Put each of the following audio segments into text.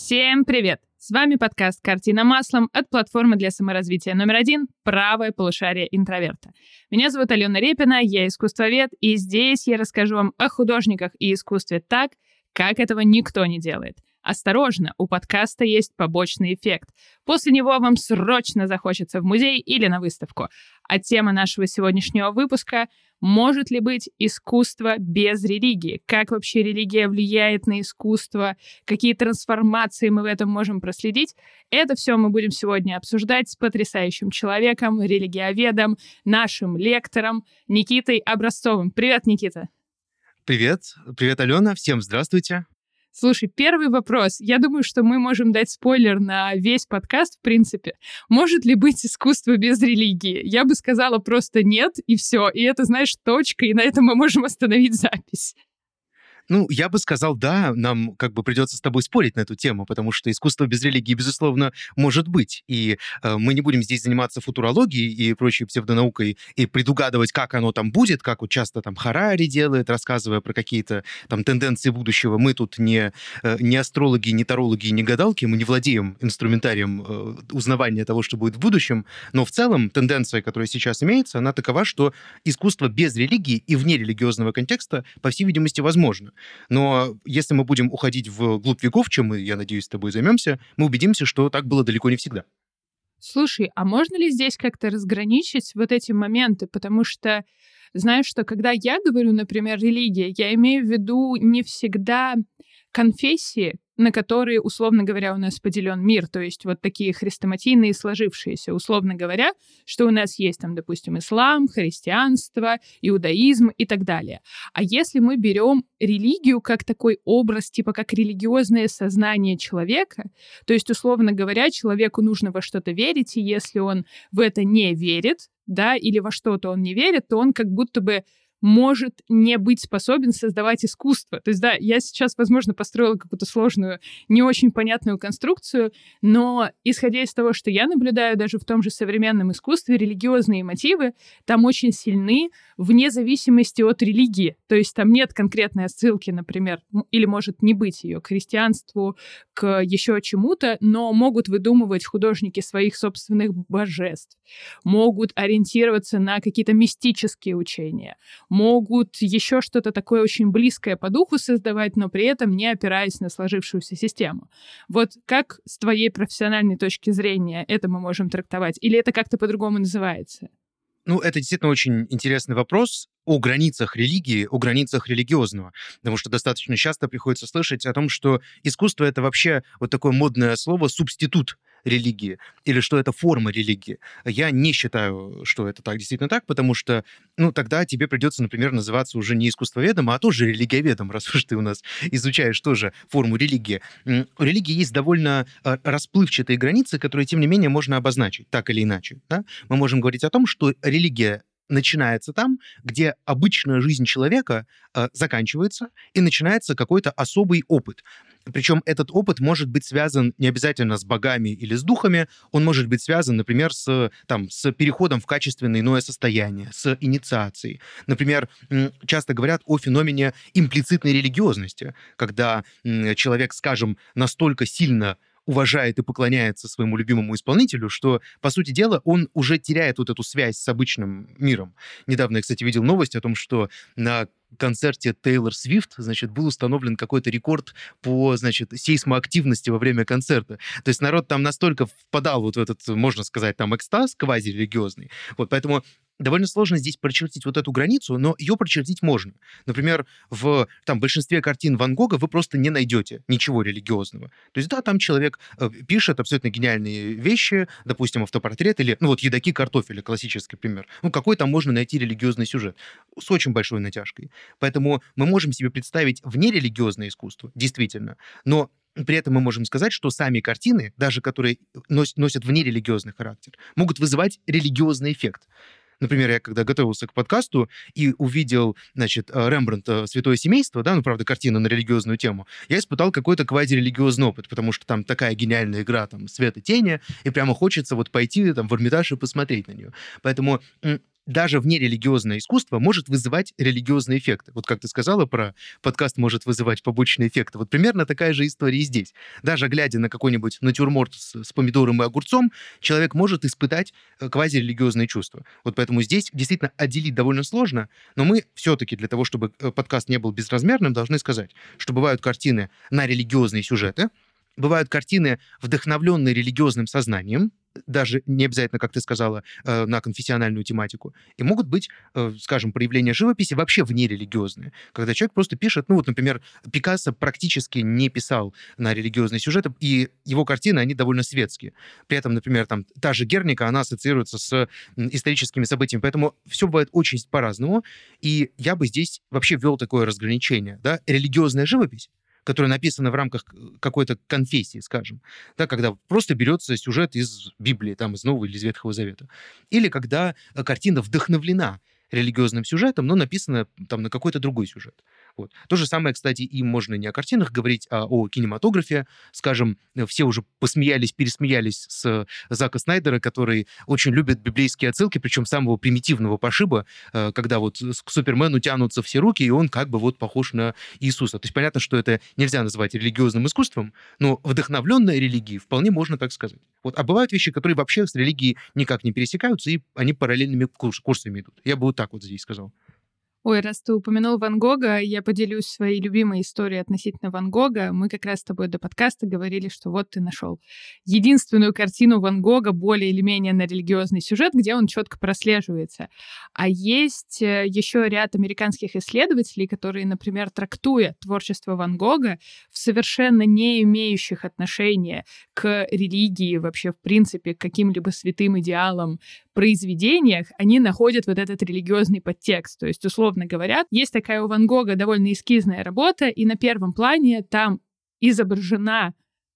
Всем привет! С вами подкаст «Картина маслом» от платформы для саморазвития номер 1 «Правое полушарие интроверта». Меня зовут Алена Репина, я искусствовед, и здесь я расскажу вам о художниках и искусстве так, как этого никто не делает. Осторожно, у подкаста есть побочный эффект. После него вам срочно захочется в музей или на выставку. А тема нашего сегодняшнего выпуска — может ли быть искусство без религии? Как вообще религия влияет на искусство? Какие трансформации мы в этом можем проследить? Это все мы будем сегодня обсуждать с потрясающим человеком, религиоведом, нашим лектором Никитой Образцовым. Привет, Никита! Привет. Привет, Алена. Всем здравствуйте. Слушай, первый вопрос. Я думаю, что мы можем дать спойлер на весь подкаст, в принципе. Может ли быть искусство без религии? Я бы сказала просто нет, и все. И это, знаешь, точка, и на этом мы можем остановить запись. Я бы сказал, да, нам придется с тобой спорить на эту тему, потому что искусство без религии, безусловно, может быть. И мы не будем здесь заниматься футурологией и прочей псевдонаукой и предугадывать, как оно там будет, как вот часто там Харари делает, рассказывая про какие-то там тенденции будущего. Мы тут не астрологи, не тарологи, не гадалки, мы не владеем инструментарием узнавания того, что будет в будущем. Но в целом тенденция, которая сейчас имеется, она такова, что искусство без религии и вне религиозного контекста, по всей видимости, возможно. Но если мы будем уходить вглубь веков, чем мы, я надеюсь, с тобой займемся, мы убедимся, что так было далеко не всегда. Слушай, а можно ли здесь как-то разграничить вот эти моменты? Потому что, знаешь, что когда я говорю, например, религия, я имею в виду не всегда конфессии, на которые, условно говоря, у нас поделен мир, то есть вот такие хрестоматийные сложившиеся, условно говоря, что у нас есть там, допустим, ислам, христианство, иудаизм и так далее. А если мы берем религию как такой образ, типа как религиозное сознание человека, то есть, условно говоря, человеку нужно во что-то верить, и если он в это не верит, да, или во что-то он не верит, то он как будто бы может не быть способен создавать искусство. То есть, да, я сейчас, возможно, построила какую-то сложную, не очень понятную конструкцию, но исходя из того, что я наблюдаю даже в том же современном искусстве, религиозные мотивы там очень сильны вне зависимости от религии. То есть там нет конкретной отсылки, например, или может не быть ее к христианству, к еще чему-то, но могут выдумывать художники своих собственных божеств, могут ориентироваться на какие-то мистические учения, могут еще что-то такое очень близкое по духу создавать, но при этом не опираясь на сложившуюся систему. Вот как с твоей профессиональной точки зрения это мы можем трактовать? Или это как-то по-другому называется? Это действительно очень интересный вопрос о границах религии, о границах религиозного, потому что достаточно часто приходится слышать о том, что искусство — это вообще вот такое модное слово «субститут» религии, или что это форма религии. Я не считаю, что это так, действительно так, потому что, тогда тебе придется, например, называться уже не искусствоведом, а тоже религиоведом, раз уж ты у нас изучаешь тоже форму религии. У религии есть довольно расплывчатые границы, которые, тем не менее, можно обозначить, так или иначе. Да? Мы можем говорить о том, что религия начинается там, где обычная жизнь человека заканчивается, и начинается какой-то особый опыт. Причем этот опыт может быть связан не обязательно с богами или с духами, он может быть связан, например, с переходом в качественное иное состояние, с инициацией. Например, часто говорят о феномене имплицитной религиозности, когда человек, скажем, настолько сильно уважает и поклоняется своему любимому исполнителю, что, по сути дела, он уже теряет вот эту связь с обычным миром. Недавно я, кстати, видел новость о том, что на концерте Тейлор Свифт, был установлен какой-то рекорд по, сейсмоактивности во время концерта. То есть народ там настолько впадал вот в этот, можно сказать, там экстаз квазирелигиозный. Поэтому довольно сложно здесь прочертить вот эту границу, но ее прочертить можно. Например, в большинстве картин Ван Гога вы просто не найдете ничего религиозного. То есть, да, там человек пишет абсолютно гениальные вещи, допустим, автопортрет или, едоки картофеля, классический пример. Какой там можно найти религиозный сюжет? С очень большой натяжкой. Поэтому мы можем себе представить внерелигиозное искусство, действительно, но при этом мы можем сказать, что сами картины, даже которые носят внерелигиозный характер, могут вызывать религиозный эффект. Например, я когда готовился к подкасту и увидел, Рембрандта «Святое семейство», да, правда, картина на религиозную тему, я испытал какой-то квазирелигиозный опыт, потому что там такая гениальная игра, свет и тени, и прямо хочется пойти в Эрмитаж и посмотреть на нее. Поэтому даже внерелигиозное искусство может вызывать религиозные эффекты. Вот как ты сказала про подкаст может вызывать побочные эффекты. Вот примерно такая же история и здесь. Даже глядя на какой-нибудь натюрморт с помидором и огурцом, человек может испытать квазирелигиозные чувства. Вот поэтому здесь действительно отделить довольно сложно, но мы все-таки для того, чтобы подкаст не был безразмерным, должны сказать, что бывают картины на религиозные сюжеты, бывают картины, вдохновленные религиозным сознанием, даже не обязательно, как ты сказала, на конфессиональную тематику. И могут быть, скажем, проявления живописи вообще внерелигиозные. Когда человек просто пишет, ну вот, например, Пикассо практически не писал на религиозные сюжеты, и его картины, они довольно светские. При этом, например, там та же Герника, она ассоциируется с историческими событиями. Поэтому все бывает очень по-разному. И я бы здесь вообще ввел такое разграничение. Да? Религиозная живопись, которая написана в рамках какой-то конфессии, скажем, да, когда просто берется сюжет из Библии, там, из Нового или из Ветхого Завета. Или когда картина вдохновлена религиозным сюжетом, но написана там на какой-то другой сюжет. Вот. То же самое, кстати, и можно не о картинах говорить, а о кинематографе. Скажем, все уже посмеялись, пересмеялись с Зака Снайдера, который очень любит библейские отсылки, причем самого примитивного пошиба, когда вот к Супермену тянутся все руки, и он как бы вот похож на Иисуса. То есть понятно, что это нельзя назвать религиозным искусством, но вдохновленной религией вполне можно так сказать. Вот. А бывают вещи, которые вообще с религией никак не пересекаются, и они параллельными курсами идут. Я бы вот так вот здесь сказал. Ой, раз ты упомянул Ван Гога, я поделюсь своей любимой историей относительно Ван Гога. Мы как раз с тобой до подкаста говорили, что вот ты нашел единственную картину Ван Гога более или менее на религиозный сюжет, где он четко прослеживается. А есть еще ряд американских исследователей, которые, например, трактуя творчество Ван Гога в совершенно не имеющих отношения к религии, вообще, в принципе, к каким-либо святым идеалам произведениях, они находят вот этот религиозный подтекст. То есть, условно говоря, есть такая у Ван Гога довольно эскизная работа, и на первом плане там изображена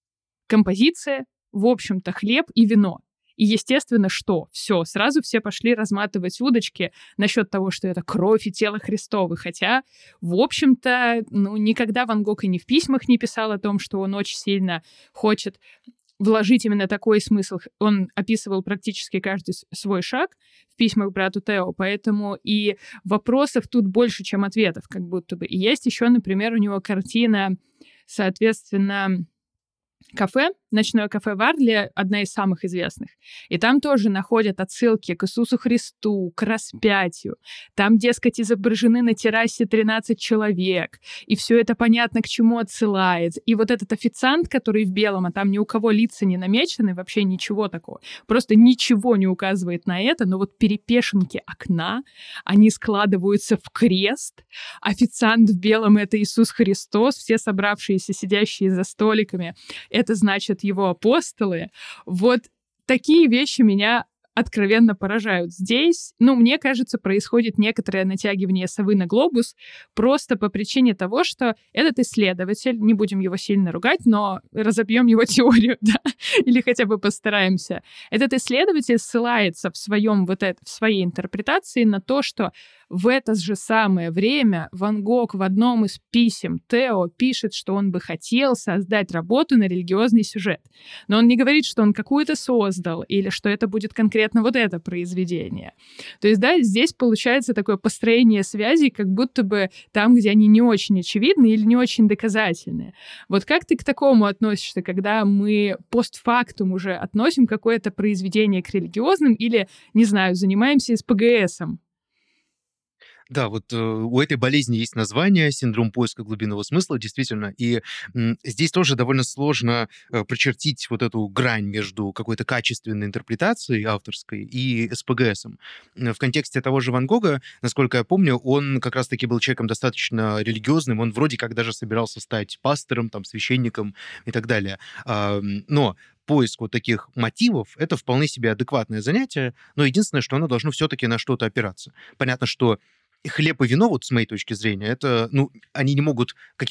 композиция, в общем-то, хлеб и вино. И, естественно, что? Все, сразу все пошли разматывать удочки насчет того, что это кровь и тело Христово. Хотя, в общем-то, никогда Ван Гог и не в письмах не писал о том, что он очень сильно хочет вложить именно такой смысл. Он описывал практически каждый свой шаг в письмах брату Тео, поэтому и вопросов тут больше, чем ответов, как будто бы. И есть еще, например, у него картина, соответственно, кафе, ночное кафе в Арле, одна из самых известных. И там тоже находят отсылки к Иисусу Христу, к распятию. Там, дескать, изображены на террасе 13 человек. И все это понятно, к чему отсылает. И вот этот официант, который в белом, а там ни у кого лица не намечены, вообще ничего такого. Просто ничего не указывает на это, но вот перепешинки окна, они складываются в крест. Официант в белом — это Иисус Христос, все собравшиеся, сидящие за столиками — это значит его апостолы. Вот такие вещи меня откровенно поражают. Здесь, мне кажется, происходит некоторое натягивание совы на глобус просто по причине того, что этот исследователь, не будем его сильно ругать, но разобьем его теорию, да, или хотя бы постараемся. Этот исследователь ссылается в своей интерпретации на то, что в это же самое время Ван Гог в одном из писем Тео пишет, что он бы хотел создать работу на религиозный сюжет. Но он не говорит, что он какую-то создал или что это будет конкретно вот это произведение. То есть, да, здесь получается такое построение связей, как будто бы там, где они не очень очевидны или не очень доказательны. Вот как ты к такому относишься, когда мы постфактум уже относим какое-то произведение к религиозным или, не знаю, занимаемся СПГСом? Да, вот у этой болезни есть название — синдром поиска глубинного смысла, действительно. И здесь тоже довольно сложно прочертить вот эту грань между какой-то качественной интерпретацией авторской и СПГСом. В контексте того же Ван Гога, насколько я помню, он как раз-таки был человеком достаточно религиозным, он вроде как даже собирался стать пастором, там, священником и так далее. Но поиск вот таких мотивов — это вполне себе адекватное занятие, но единственное, что оно должно все-таки на что-то опираться. Понятно, что хлеб и вино, вот с моей точки зрения, это, они не могут каким-то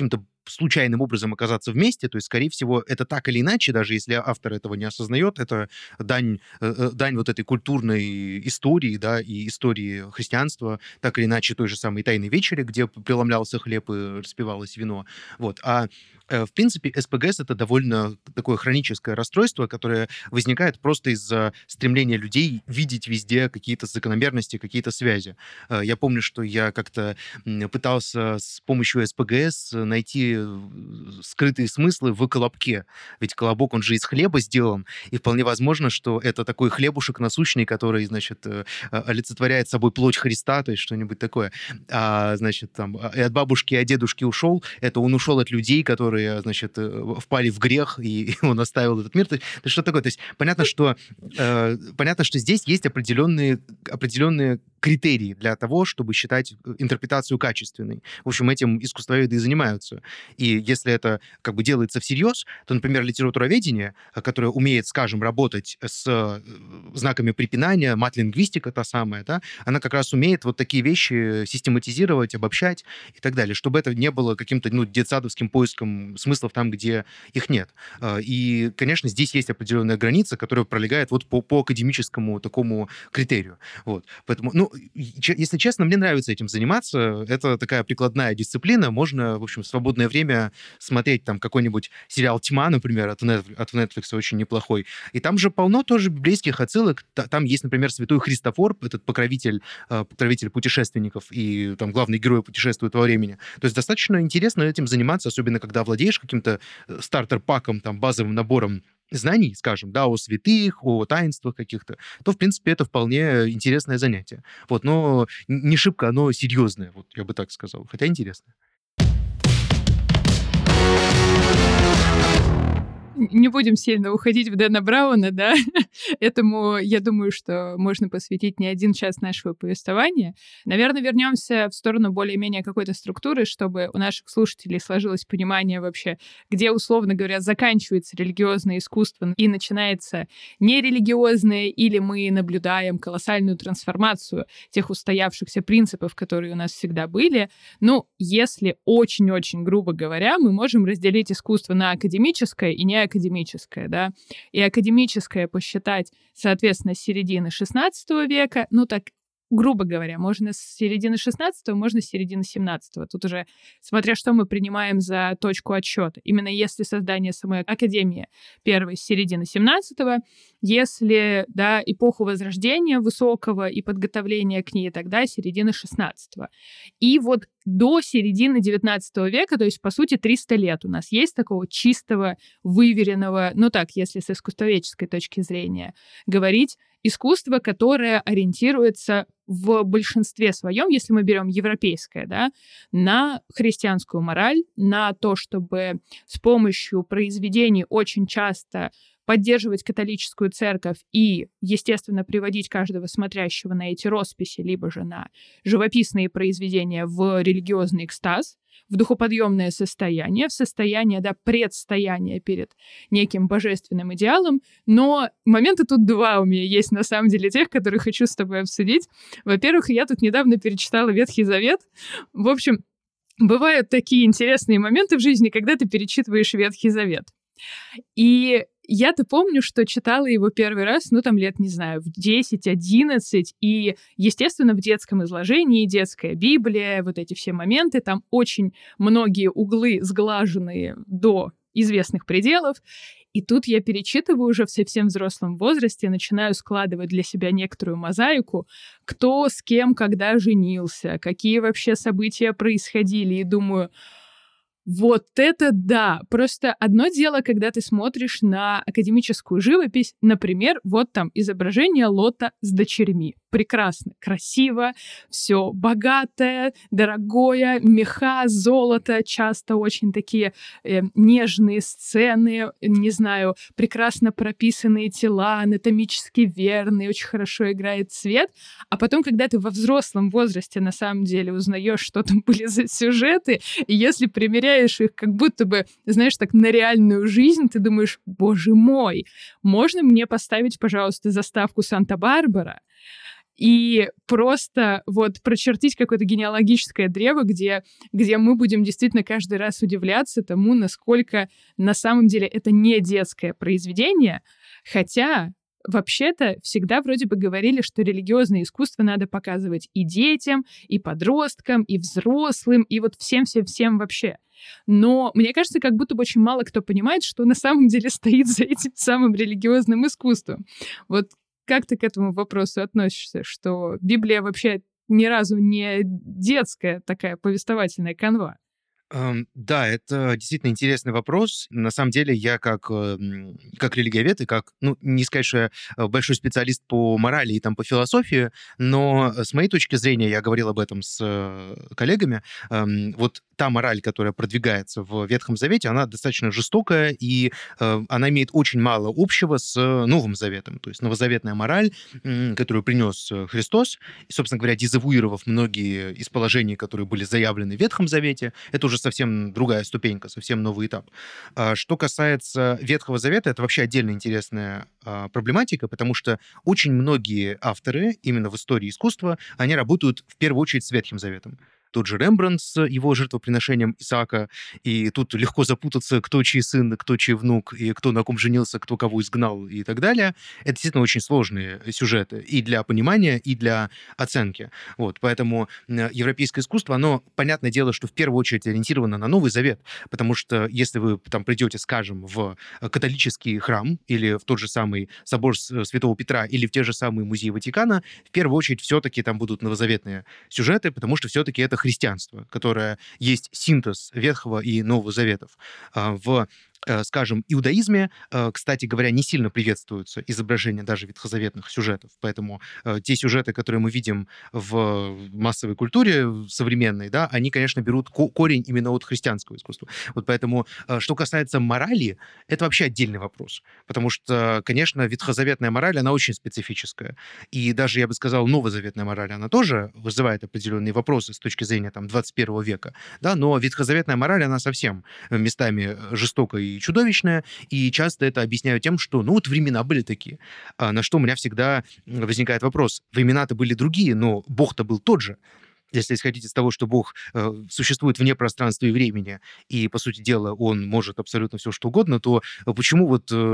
случайным образом оказаться вместе, то есть, скорее всего, это так или иначе, даже если автор этого не осознает, это дань вот этой культурной истории, да, и истории христианства, так или иначе той же самой Тайной вечери, где преломлялся хлеб и распивалось вино. Вот. В принципе, СПГС — это довольно такое хроническое расстройство, которое возникает просто из-за стремления людей видеть везде какие-то закономерности, какие-то связи. Я помню, что я как-то пытался с помощью СПГС найти скрытые смыслы в колобке. Ведь колобок, он же из хлеба сделан, и вполне возможно, что это такой хлебушек насущный, который, значит, олицетворяет собой плоть Христа, то есть что-нибудь такое. Значит, там, и от бабушки, и от дедушки ушел. Это он ушел от людей, которые, значит, впали в грех, и он оставил этот мир. То есть что такое? То есть понятно, что здесь есть определенные критерии для того, чтобы считать интерпретацию качественной. В общем, этим искусствоведы и занимаются. И если это как бы делается всерьез, то, например, литературоведение, которое умеет, скажем, работать с знаками препинания, мат-лингвистика та самая, да, она как раз умеет вот такие вещи систематизировать, обобщать и так далее, чтобы это не было каким-то детсадовским поиском смыслов там, где их нет. И, конечно, здесь есть определенная граница, которая пролегает вот по академическому такому критерию. Вот. Поэтому, если честно, мне нравится этим заниматься. Это такая прикладная дисциплина. Можно, в общем, в свободное время смотреть там какой-нибудь сериал «Тьма», например, от Netflix, очень неплохой. И там же полно тоже библейских отсылок. Там есть, например, святой Христофор, этот покровитель путешественников, и там главный герой путешествует во времени. То есть достаточно интересно этим заниматься, особенно когда владеешь каким-то стартер-паком, там, базовым набором знаний, скажем, да, о святых, о таинствах каких-то, то, в принципе, это вполне интересное занятие. Вот, но не шибко оно серьезное, вот я бы так сказал, хотя интересное. Не будем сильно уходить в Дэна Брауна, да? Этому, я думаю, что можно посвятить не один час нашего повествования. Наверное, вернемся в сторону более-менее какой-то структуры, чтобы у наших слушателей сложилось понимание вообще, где, условно говоря, заканчивается религиозное искусство и начинается нерелигиозное, или мы наблюдаем колоссальную трансформацию тех устоявшихся принципов, которые у нас всегда были. Если очень-очень грубо говоря, мы можем разделить искусство на академическое и неакадемическое, да, и академическое посчитать, соответственно, с середины XVI века, так грубо говоря, можно с середины 16-го, можно с середины 17-го. Тут уже смотря что мы принимаем за точку отсчета. Именно если создание самой академии первой с середины 17-го, если, да, эпоху Возрождения высокого и подготовления к ней, тогда середина 16-го. И вот до середины 19 века, то есть, по сути, 300 лет у нас есть такого чистого, выверенного, если с искусствоведческой точки зрения говорить, искусство, которое ориентируется в большинстве своем, если мы берем европейское, да, на христианскую мораль, на то, чтобы с помощью произведений очень часто поддерживать католическую церковь и, естественно, приводить каждого смотрящего на эти росписи, либо же на живописные произведения в религиозный экстаз, в духоподъемное состояние, в состояние, да, предстояния перед неким божественным идеалом. Но моменты тут два у меня есть, на самом деле, тех, которые хочу с тобой обсудить. Во-первых, я тут недавно перечитала Ветхий Завет. В общем, бывают такие интересные моменты в жизни, когда ты перечитываешь Ветхий Завет. И я-то помню, что читала его первый раз, лет, не знаю, в 10-11, и, естественно, в детском изложении, детская Библия, вот эти все моменты, там очень многие углы сглаженные до известных пределов, и тут я перечитываю уже в совсем взрослом возрасте, начинаю складывать для себя некоторую мозаику, кто с кем когда женился, какие вообще события происходили, и думаю... Вот это да! Просто одно дело, когда ты смотришь на академическую живопись, например, вот там изображение Лота с дочерьми. Прекрасно, красиво, все богатое, дорогое, меха, золото, часто очень такие нежные сцены, не знаю, прекрасно прописанные тела, анатомически верные, очень хорошо играет цвет. А потом, когда ты во взрослом возрасте на самом деле узнаешь, что там были за сюжеты, и если примеряешь их как будто бы, знаешь, так на реальную жизнь, ты думаешь, боже мой, можно мне поставить, пожалуйста, заставку Санта-Барбара? и просто вот прочертить какое-то генеалогическое древо, где мы будем действительно каждый раз удивляться тому, насколько на самом деле это не детское произведение, хотя вообще-то всегда вроде бы говорили, что религиозное искусство надо показывать и детям, и подросткам, и взрослым, и вот всем-всем-всем вообще. Но мне кажется, как будто бы очень мало кто понимает, что на самом деле стоит за этим самым религиозным искусством. Вот как ты к этому вопросу относишься, что Библия вообще ни разу не детская такая повествовательная канва? Да, это действительно интересный вопрос. На самом деле, я как религиовед и как, ну, не сказать, что я большой специалист по морали и там по философии, но с моей точки зрения, я говорил об этом с коллегами, вот та мораль, которая продвигается в Ветхом Завете, она достаточно жестокая, и она имеет очень мало общего с Новым Заветом. То есть новозаветная мораль, которую принес Христос, и, собственно говоря, дезавуировав многие из положений, которые были заявлены в Ветхом Завете, это уже совсем другая ступенька, совсем новый этап. Что касается Ветхого Завета, это вообще отдельно интересная проблематика, потому что очень многие авторы именно в истории искусства, они работают в первую очередь с Ветхим Заветом. Тот же Рембрандт с его жертвоприношением Исаака, и тут легко запутаться, кто чей сын, кто чей внук, и кто на ком женился, кто кого изгнал и так далее. Это действительно очень сложные сюжеты и для понимания, и для оценки. Вот, поэтому европейское искусство, оно, понятное дело, что в первую очередь ориентировано на Новый Завет, потому что если вы там придете, скажем, в католический храм или в тот же самый собор Святого Петра или в те же самые музеи Ватикана, в первую очередь все-таки там будут новозаветные сюжеты, потому что все-таки это христианство, которое есть синтез Ветхого и Нового Заветов. В скажем, иудаизме, кстати говоря, не сильно приветствуются изображения даже ветхозаветных сюжетов. Поэтому те сюжеты, которые мы видим в массовой культуре современной, да, они, конечно, берут корень именно от христианского искусства. Вот поэтому, что касается морали, это вообще отдельный вопрос. Потому что, конечно, ветхозаветная мораль, она очень специфическая. И даже, я бы сказал, новозаветная мораль, она тоже вызывает определенные вопросы с точки зрения там, 21 века. Да, но ветхозаветная мораль, она совсем местами жестокая и чудовищная, и часто это объясняют тем, что, ну, вот времена были такие. На что у меня всегда возникает вопрос. Времена-то были другие, но Бог-то был тот же. Если исходить из того, что Бог существует вне пространства и времени, и, по сути дела, он может абсолютно все, что угодно, то почему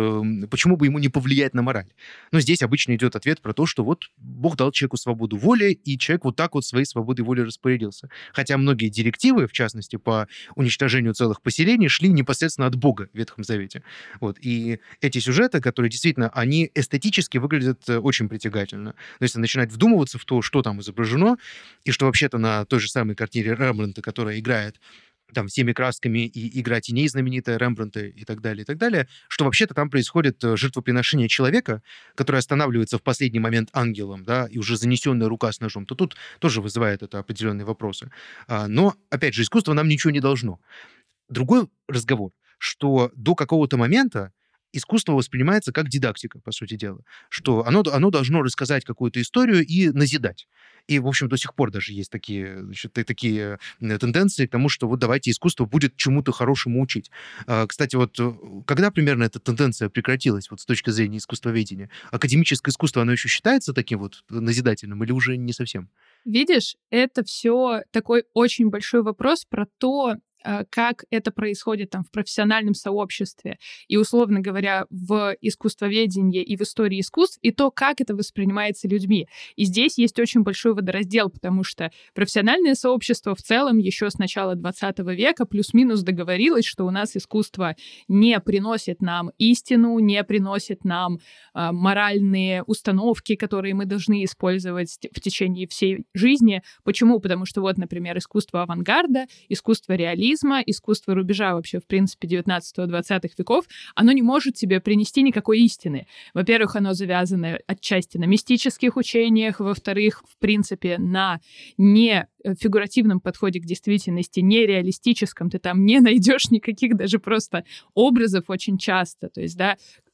бы ему не повлиять на мораль? Но здесь обычно идет ответ про то, что вот Бог дал человеку свободу воли, и человек вот так вот своей свободой воли распорядился. Хотя многие директивы, в частности, по уничтожению целых поселений, шли непосредственно от Бога в Ветхом Завете. Вот. И эти сюжеты, которые действительно, они эстетически выглядят очень притягательно. Но если начинать вдумываться в то, что там изображено, и что вообще на той же самой картине Рембрандта, которая играет там всеми красками, и игра теней знаменитая Рембрандта и так далее, что вообще-то там происходит жертвоприношение человека, который останавливается в последний момент ангелом, да, и уже занесенная рука с ножом, то тут тоже вызывает это определенные вопросы. Но, опять же, искусство нам ничего не должно. Другой разговор, что до какого-то момента искусство воспринимается как дидактика, по сути дела, что оно должно рассказать какую-то историю и назидать. И, в общем, до сих пор даже есть такие, значит, такие тенденции к тому, что вот давайте искусство будет чему-то хорошему учить. Кстати, вот когда примерно эта тенденция прекратилась вот с точки зрения искусствоведения? Академическое искусство, оно еще считается таким вот назидательным или уже не совсем? Видишь, это все такой очень большой вопрос про то, как это происходит там в профессиональном сообществе и, условно говоря, в искусствоведении и в истории искусств, и то, как это воспринимается людьми. И здесь есть очень большой водораздел, потому что профессиональное сообщество в целом еще с начала 20 века плюс-минус договорилось, что у нас искусство не приносит нам истину, не приносит нам моральные установки, которые мы должны использовать в течение всей жизни. Почему? Потому что вот, например, искусство авангарда, искусство реализма, искусство рубежа вообще, в принципе, 19-20 веков, оно не может тебе принести никакой истины. Во-первых, оно завязано отчасти на мистических учениях, во-вторых, в принципе, на не фигуративном подходе к действительности, нереалистическом, ты там не найдешь никаких даже просто образов очень часто. То есть, да,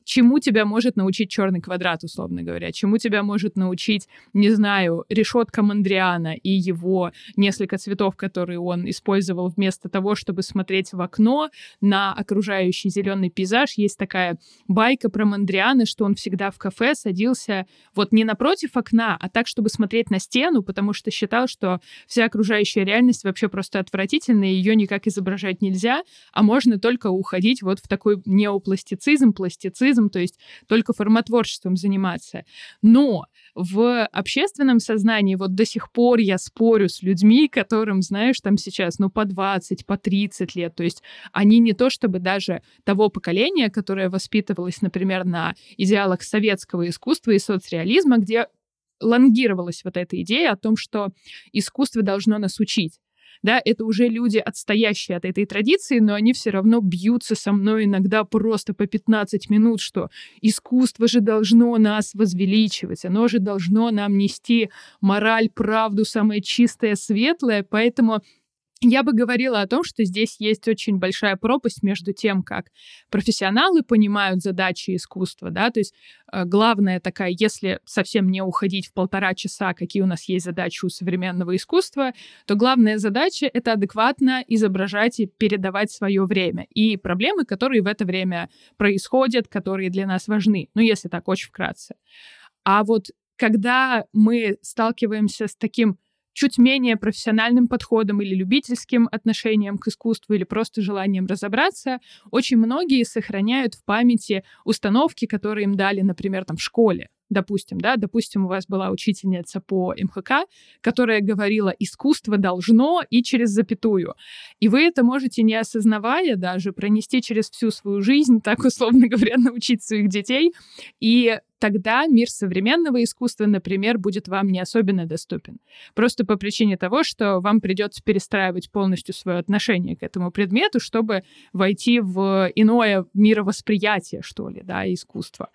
чему тебя может научить черный квадрат, условно говоря, чему тебя может научить, не знаю, решетка Мондриана и его несколько цветов, которые он использовал вместо того, чтобы смотреть в окно на окружающий зеленый пейзаж. Есть такая байка про Мондриана, что он всегда в кафе садился вот не напротив окна, а так, чтобы смотреть на стену, потому что считал, что вся окружающая реальность вообще просто отвратительная, ее никак изображать нельзя, а можно только уходить вот в такой неопластицизм, пластицизм, то есть только формотворчеством заниматься. Но в общественном сознании вот до сих пор я спорю с людьми, которым, знаешь, там сейчас, по 20, по 30 лет, то есть они не то чтобы даже того поколения, которое воспитывалось, например, на идеалах советского искусства и соцреализма, где лонгировалась вот эта идея о том, что искусство должно нас учить. Да, это уже люди, отстоящие от этой традиции, но они все равно бьются со мной иногда просто по 15 минут, что искусство же должно нас возвеличивать, оно же должно нам нести мораль, правду, самое чистое, светлое, поэтому я бы говорила о том, что здесь есть очень большая пропасть между тем, как профессионалы понимают задачи искусства, да, то есть главное такая, если совсем не уходить в 1,5 часа, какие у нас есть задачи у современного искусства, то главная задача — это адекватно изображать и передавать свое время и проблемы, которые в это время происходят, которые для нас важны, если так очень вкратце. А вот когда мы сталкиваемся с таким чуть менее профессиональным подходом или любительским отношением к искусству или просто желанием разобраться, очень многие сохраняют в памяти установки, которые им дали, например, в школе. Допустим, у вас была учительница по МХК, которая говорила «искусство должно» и через запятую. И вы это можете, не осознавая даже, пронести через всю свою жизнь, так, условно говоря, научить своих детей. И тогда мир современного искусства, например, будет вам не особенно доступен. Просто по причине того, что вам придется перестраивать полностью свое отношение к этому предмету, чтобы войти в иное мировосприятие, что ли, искусства.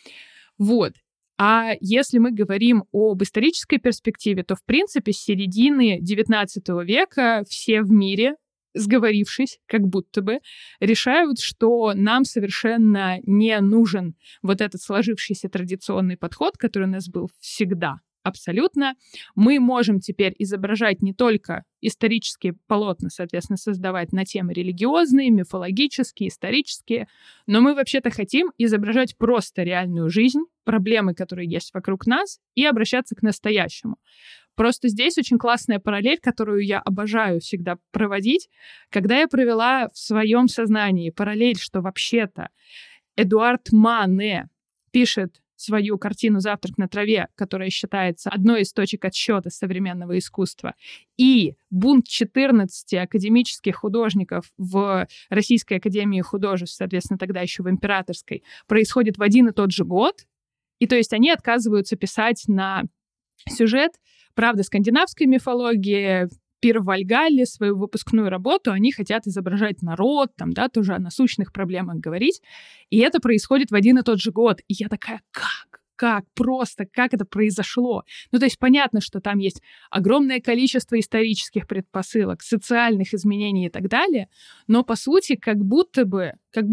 Вот. А если мы говорим об исторической перспективе, то, в принципе, с середины XIX века все в мире, сговорившись, как будто бы, решают, что нам совершенно не нужен вот этот сложившийся традиционный подход, который у нас был всегда. Абсолютно. Мы можем теперь изображать не только исторические полотна, соответственно, создавать на темы религиозные, мифологические, исторические, но мы вообще-то хотим изображать просто реальную жизнь, проблемы, которые есть вокруг нас, и обращаться к настоящему. Просто здесь очень классная параллель, которую я обожаю всегда проводить, когда я провела в своем сознании параллель, что вообще-то Эдуард Мане пишет свою картину «Завтрак на траве», которая считается одной из точек отсчета современного искусства, и бунт 14 академических художников в Российской академии художеств, соответственно, тогда еще в Императорской, происходит в один и тот же год, и то есть они отказываются писать на сюжет, правда, скандинавской мифологии, Пир в Вальгалле, свою выпускную работу, они хотят изображать народ, тоже о насущных проблемах говорить. И это происходит в один и тот же год. И я такая, как это произошло? То есть понятно, что там есть огромное количество исторических предпосылок, социальных изменений и так далее, но, по сути, как будто бы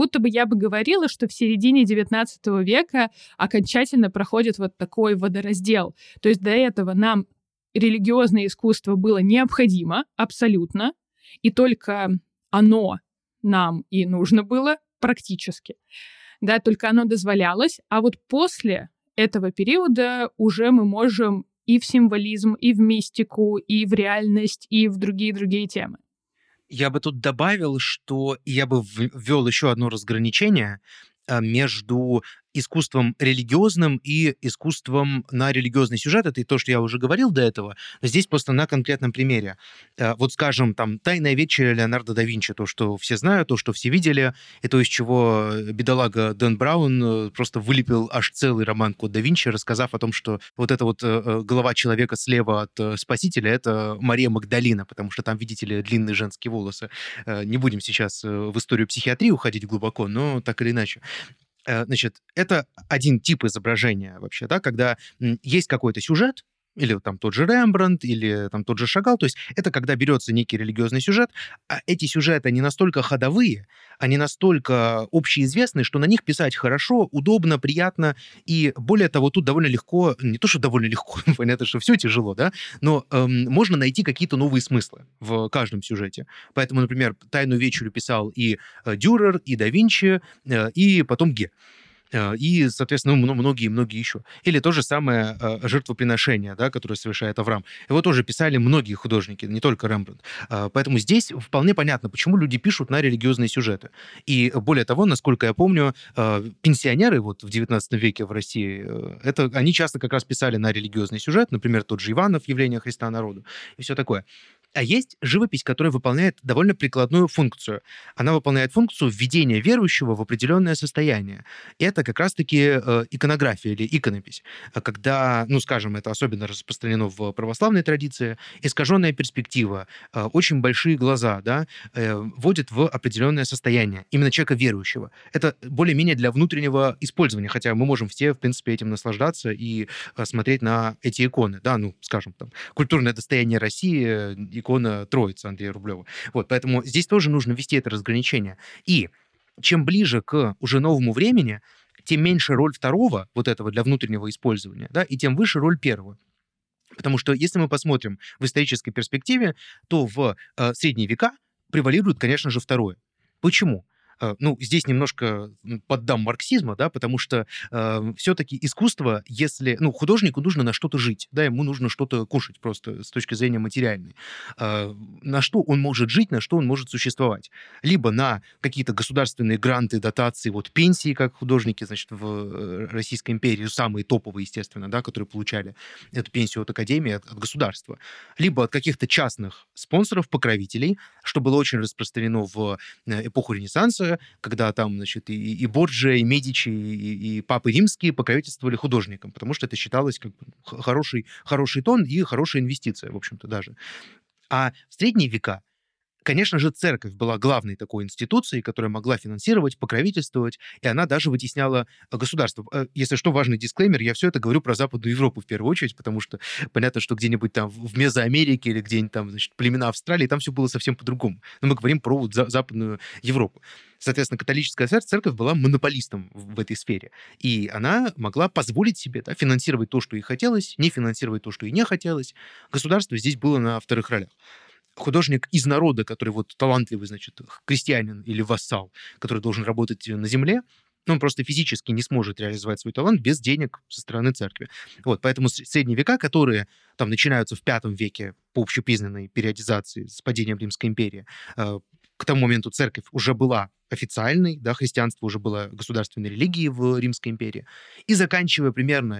я бы говорила, что в середине XIX века окончательно проходит вот такой водораздел. То есть до этого нам религиозное искусство было необходимо абсолютно, и только оно нам и нужно было практически. Только оно дозволялось, а вот после этого периода уже мы можем и в символизм, и в мистику, и в реальность, и в другие темы. Я бы тут добавил, что я бы ввел еще одно разграничение между искусством религиозным и искусством на религиозный сюжет. Это и то, что я уже говорил до этого. Здесь просто на конкретном примере. Вот, скажем, «Тайная вечеря» Леонардо да Винчи, то, что все знают, то, что все видели, и то, из чего бедолага Дэн Браун просто вылепил аж целый роман «Код да Винчи», рассказав о том, что вот эта вот голова человека слева от Спасителя — это Мария Магдалина, потому что там, видите ли, длинные женские волосы. Не будем сейчас в историю психиатрии уходить глубоко, но так или иначе. Значит, это один тип изображения вообще, когда есть какой-то сюжет, или там тот же Рембрандт, или там тот же Шагал. То есть это когда берется некий религиозный сюжет, а эти сюжеты, они настолько ходовые, они настолько общеизвестны, что на них писать хорошо, удобно, приятно, и более того, тут довольно легко, не то, что довольно легко, понятно, что все тяжело, да, но можно найти какие-то новые смыслы в каждом сюжете. Поэтому, например, «Тайну вечерю» писал и Дюрер, и да Винчи, и потом Ге. И, соответственно, многие еще. Или то же самое жертвоприношение, да, которое совершает Авраам. Его тоже писали многие художники, не только Рембрандт. Поэтому здесь вполне понятно, почему люди пишут на религиозные сюжеты. И более того, насколько я помню, пенсионеры вот в XIX веке в России, они часто как раз писали на религиозный сюжет, например, тот же Иванов «Явление Христа народу» и все такое. А есть живопись, которая выполняет довольно прикладную функцию. Она выполняет функцию введения верующего в определенное состояние. И это как раз-таки иконография или иконопись. Когда, ну, скажем, это особенно распространено в православной традиции, искаженная перспектива, очень большие глаза, да, вводят в определенное состояние именно человека верующего. Это более-менее для внутреннего использования, хотя мы можем все, в принципе, этим наслаждаться и смотреть на эти иконы, да, ну, скажем, там, культурное достояние России, икона Троицы Андрея Рублева. Вот, поэтому здесь тоже нужно ввести это разграничение. И чем ближе к уже новому времени, тем меньше роль второго, вот этого для внутреннего использования, да, и тем выше роль первого. Потому что если мы посмотрим в исторической перспективе, то в средние века превалирует, конечно же, второе. Почему? Ну, здесь немножко поддам марксизма, да, потому что все-таки искусство, если... Ну, художнику нужно на что-то жить, да, ему нужно что-то кушать просто с точки зрения материальной. На что он может жить, на что он может существовать? Либо на какие-то государственные гранты, дотации, вот пенсии, как художники, значит, в Российской империи, самые топовые, естественно, да, которые получали эту пенсию от академии, от государства. Либо от каких-то частных спонсоров, покровителей, что было очень распространено в эпоху Ренессанса, когда там, значит, и Борджиа, и Медичи, и папы римские покровительствовали художникам, потому что это считалось как бы хороший тон и хорошая инвестиция, в общем-то, даже. А в средние века, конечно же, церковь была главной такой институцией, которая могла финансировать, покровительствовать, и она даже вытесняла государство. Если что, важный дисклеймер, я все это говорю про Западную Европу в первую очередь, потому что понятно, что где-нибудь там в Мезоамерике или где-нибудь там, значит, племена Австралии, там все было совсем по-другому. Но мы говорим про вот Западную Европу. Соответственно, католическая церковь была монополистом в этой сфере. И она могла позволить себе, да, финансировать то, что ей хотелось, не финансировать то, что ей не хотелось. Государство здесь было на вторых ролях. Художник из народа, который вот талантливый, значит, крестьянин или вассал, который должен работать на земле, он просто физически не сможет реализовать свой талант без денег со стороны церкви. Вот, поэтому средние века, которые там начинаются в V веке по общепризнанной периодизации с падением Римской империи, к тому моменту церковь уже была официальной, да, христианство уже было государственной религией в Римской империи, и заканчивая примерно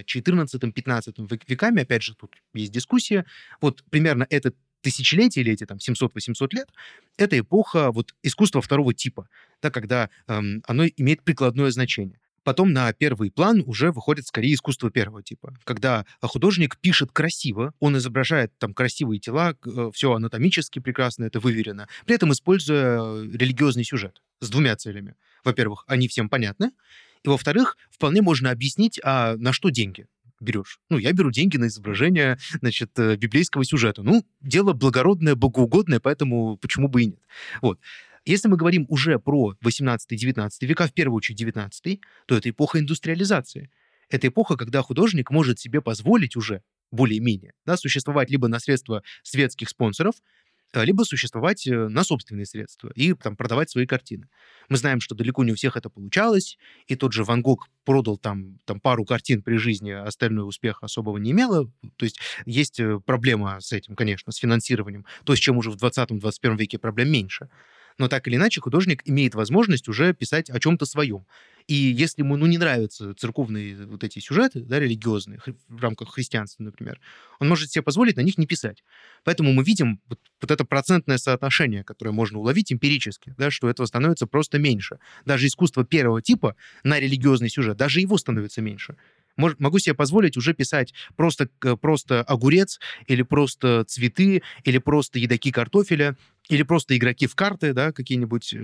XIV-XV веками, опять же, тут есть дискуссия, вот примерно этот тысячелетие или эти там 700-800 лет, это эпоха вот искусства второго типа, да, когда оно имеет прикладное значение. Потом на первый план уже выходит скорее искусство первого типа, когда художник пишет красиво, он изображает там красивые тела, все анатомически прекрасно, это выверено, при этом используя религиозный сюжет с двумя целями. Во-первых, они всем понятны, и во-вторых, вполне можно объяснить, а на что деньги берешь. Ну, я беру деньги на изображение, значит, библейского сюжета. Ну, дело благородное, богоугодное, поэтому почему бы и нет. Вот. Если мы говорим уже про 18-19 века, в первую очередь 19, то это эпоха индустриализации. Это эпоха, когда художник может себе позволить уже более-менее, да, существовать либо на средства светских спонсоров, либо существовать на собственные средства и там, продавать свои картины. Мы знаем, что далеко не у всех это получалось, и тот же Ван Гог продал там пару картин при жизни, а остальное успеха особого не имело. То есть проблема с этим, конечно, с финансированием, то, с чем уже в 20-21 веке проблем меньше. Но так или иначе художник имеет возможность уже писать о чем-то своем. И если ему не нравятся церковные вот эти сюжеты, да, религиозные, в рамках христианства, например, он может себе позволить на них не писать. Поэтому мы видим вот это процентное соотношение, которое можно уловить эмпирически, да, что этого становится просто меньше. Даже искусство первого типа на религиозный сюжет, даже его становится меньше. Могу себе позволить уже писать просто огурец, или просто цветы, или просто едоки картофеля, или просто игроки в карты, да, какие-нибудь,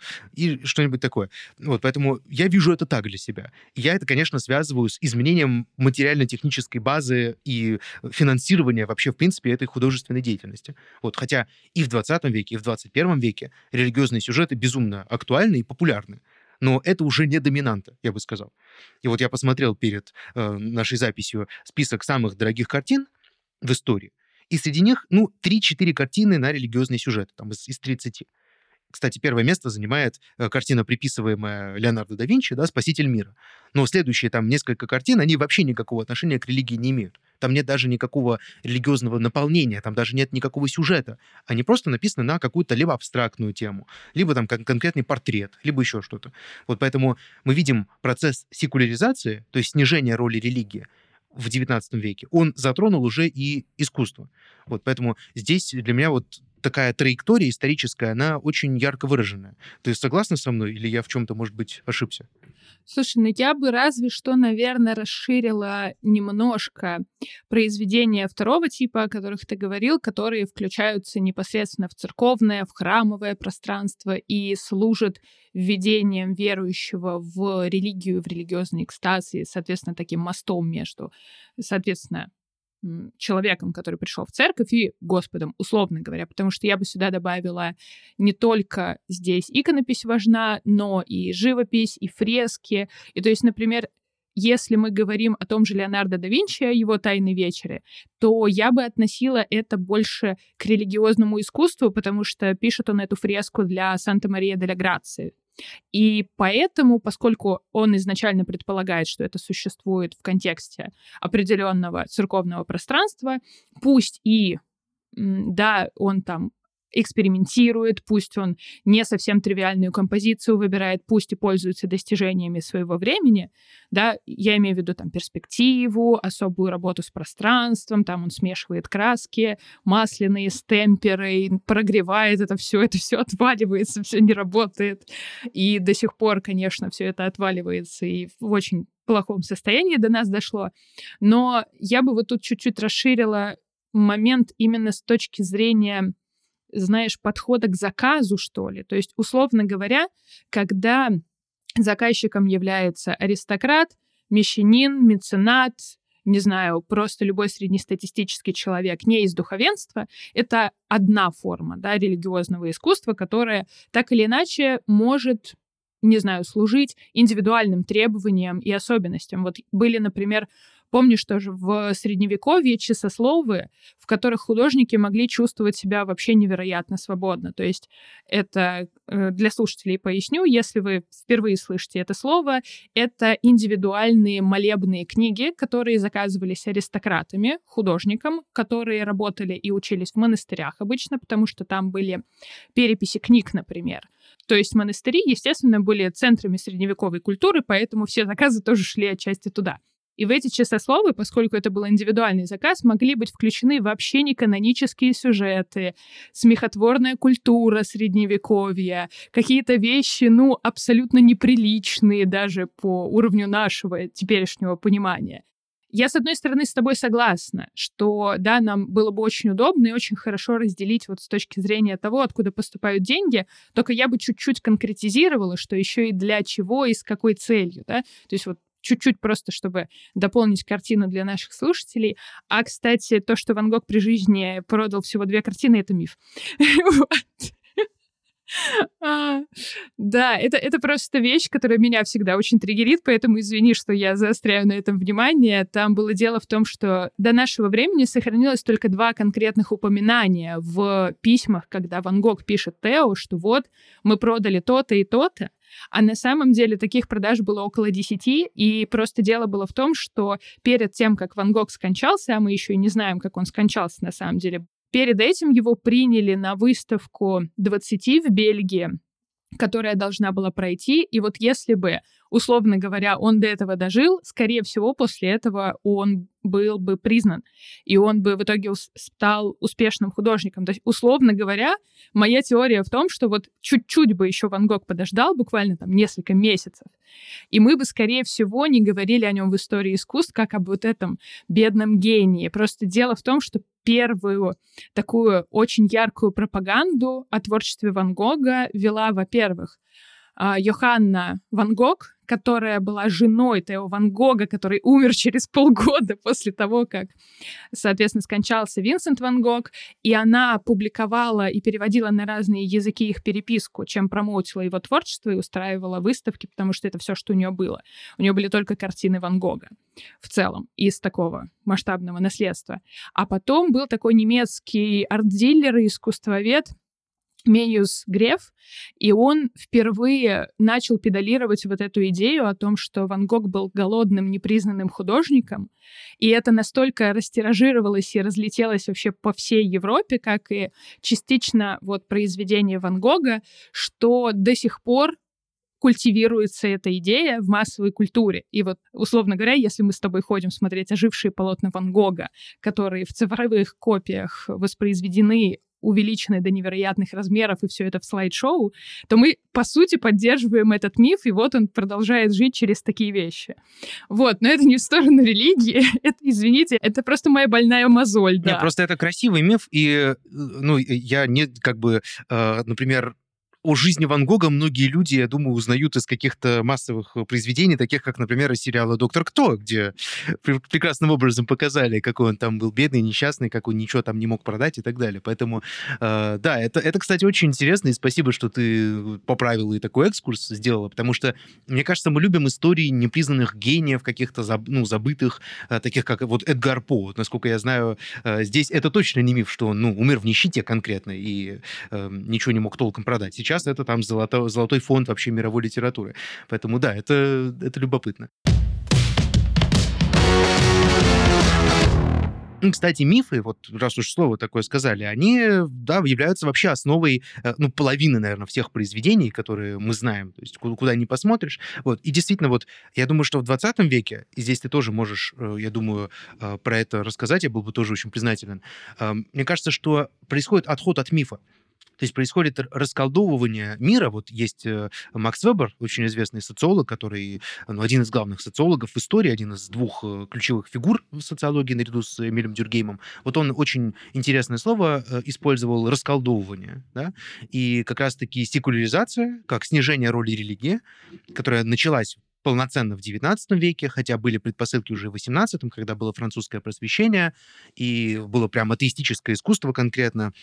и что-нибудь такое. Вот, поэтому я вижу это так для себя. Я это, конечно, связываю с изменением материально-технической базы и финансирования вообще, в принципе, этой художественной деятельности. Вот, хотя и в 20 веке, и в 21 веке религиозные сюжеты безумно актуальны и популярны. Но это уже не доминанта, я бы сказал. И вот я посмотрел перед нашей записью список самых дорогих картин в истории, и среди них, 3-4 картины на религиозный сюжет, там, из 30. Кстати, первое место занимает картина, приписываемая Леонардо да Винчи, да, «Спаситель мира». Но следующие там несколько картин, они вообще никакого отношения к религии не имеют. Там нет даже никакого религиозного наполнения, там даже нет никакого сюжета. Они просто написаны на какую-то либо абстрактную тему, либо там конкретный портрет, либо еще что-то. Вот поэтому мы видим процесс секуляризации, то есть снижения роли религии в XIX веке. Он затронул уже и искусство. Вот поэтому здесь для меня вот такая траектория историческая, она очень ярко выраженная. Ты согласна со мной, или я в чем-то, может быть, ошибся? Слушай, я бы разве что, наверное, расширила немножко произведения второго типа, о которых ты говорил, которые включаются непосредственно в церковное, в храмовое пространство и служат введением верующего в религию, в религиозный экстаз и, соответственно, таким мостом между, соответственно, человеком, который пришел в церковь, и Господом, условно говоря, потому что я бы сюда добавила не только здесь иконопись важна, но и живопись, и фрески. И то есть, например, если мы говорим о том же Леонардо да Винчи, о его «Тайной вечере», то я бы относила это больше к религиозному искусству, потому что пишет он эту фреску для Санта-Мария-дель-Грации. И поэтому, поскольку он изначально предполагает, что это существует в контексте определенного церковного пространства, пусть и, да, он там экспериментирует, пусть он не совсем тривиальную композицию выбирает, пусть и пользуется достижениями своего времени, да, я имею в виду там перспективу, особую работу с пространством, там он смешивает краски, масляные, с темперой, прогревает это все отваливается, все не работает, и до сих пор, конечно, все это отваливается и в очень плохом состоянии до нас дошло, но я бы вот тут чуть-чуть расширила момент именно с точки зрения, знаешь, подхода к заказу, что ли. То есть, условно говоря, когда заказчиком является аристократ, мещанин, меценат, не знаю, просто любой среднестатистический человек не из духовенства, это одна форма, да, религиозного искусства, которая так или иначе может, не знаю, служить индивидуальным требованиям и особенностям. Вот были, например, помнишь тоже в Средневековье часословы, в которых художники могли чувствовать себя вообще невероятно свободно. То есть это, для слушателей поясню, если вы впервые слышите это слово, это индивидуальные молебные книги, которые заказывались аристократами, художникам, которые работали и учились в монастырях обычно, потому что там были переписи книг, например. То есть монастыри, естественно, были центрами средневековой культуры, поэтому все заказы тоже шли отчасти туда. И в эти часословы, поскольку это был индивидуальный заказ, могли быть включены вообще не канонические сюжеты, смехотворная культура средневековья, какие-то вещи, абсолютно неприличные даже по уровню нашего теперешнего понимания. Я, с одной стороны, с тобой согласна, что, да, нам было бы очень удобно и очень хорошо разделить вот с точки зрения того, откуда поступают деньги, только я бы чуть-чуть конкретизировала, что еще и для чего и с какой целью, да, то есть вот чуть-чуть просто, чтобы дополнить картину для наших слушателей. А, кстати, то, что Ван Гог при жизни продал всего 2 картины, это миф. Да, это просто вещь, которая меня всегда очень триггерит, поэтому извини, что я заостряю на этом внимание. Там было дело в том, что до нашего времени сохранилось только 2 конкретных упоминания в письмах, когда Ван Гог пишет Тео, что вот, мы продали то-то и то-то, а на самом деле таких продаж было около 10, и просто дело было в том, что перед тем, как Ван Гог скончался, а мы еще и не знаем, как он скончался на самом деле, перед этим его приняли на выставку 20 в Бельгии, которая должна была пройти, и вот если бы условно говоря, он до этого дожил, скорее всего, после этого он был бы признан, и он бы в итоге стал успешным художником. То есть, условно говоря, моя теория в том, что вот чуть-чуть бы еще Ван Гог подождал, буквально там несколько месяцев, и мы бы, скорее всего, не говорили о нем в истории искусств как об вот этом бедном гении. Просто дело в том, что первую такую очень яркую пропаганду о творчестве Ван Гога вела, во-первых, Йоханна Ван Гог, которая была женой Тео Ван Гога, который умер через полгода после того, как, соответственно, скончался Винсент Ван Гог, и она публиковала и переводила на разные языки их переписку, чем промоутила его творчество и устраивала выставки, потому что это все, что у нее было. У нее были только картины Ван Гога в целом из такого масштабного наследства. А потом был такой немецкий арт-дилер и искусствовед Мейюс Греф, и он впервые начал педалировать вот эту идею о том, что Ван Гог был голодным, непризнанным художником, и это настолько растиражировалось и разлетелось вообще по всей Европе, как и частично вот произведение Ван Гога, что до сих пор культивируется эта идея в массовой культуре. И вот, условно говоря, если мы с тобой ходим смотреть ожившие полотна Ван Гога, которые в цифровых копиях воспроизведены, увеличены до невероятных размеров, и все это в слайд-шоу, то мы, по сути, поддерживаем этот миф, и вот он продолжает жить через такие вещи. Вот, но это не в сторону религии, это, извините, это просто моя больная мозоль, да. Нет, просто это красивый миф, и, ну, я не, например, о жизни Ван Гога многие люди, я думаю, узнают из каких-то массовых произведений, таких как, например, из сериала «Доктор Кто», где прекрасным образом показали, какой он там был бедный, несчастный, как он ничего там не мог продать и так далее. Поэтому, да, это, кстати, очень интересно, и спасибо, что ты поправила и такой экскурс сделала, потому что, мне кажется, мы любим истории непризнанных гениев, каких-то забытых, таких как вот Эдгар По. Вот, насколько я знаю, здесь это точно не миф, что он умер в нищете конкретно и ничего не мог толком продать. Сейчас это там золотой фонд вообще мировой литературы. Поэтому да, это любопытно. Кстати, мифы, вот раз уж слово такое сказали, они, да, являются вообще основой, половины, наверное, всех произведений, которые мы знаем, то есть куда ни посмотришь. Вот. И действительно, вот я думаю, что в 20 веке, и здесь ты тоже можешь, я думаю, про это рассказать, я был бы тоже очень признателен, мне кажется, что происходит отход от мифа. То есть происходит расколдовывание мира. Вот есть Макс Вебер, очень известный социолог, который один из главных социологов в истории, один из двух ключевых фигур в социологии наряду с Эмилем Дюркгеймом. Вот он очень интересное слово использовал — расколдовывание. Да? И как раз-таки секуляризация, как снижение роли религии, которая началась полноценно в XIX веке, хотя были предпосылки уже в XVIII, когда было французское просвещение, и было прям атеистическое искусство конкретно,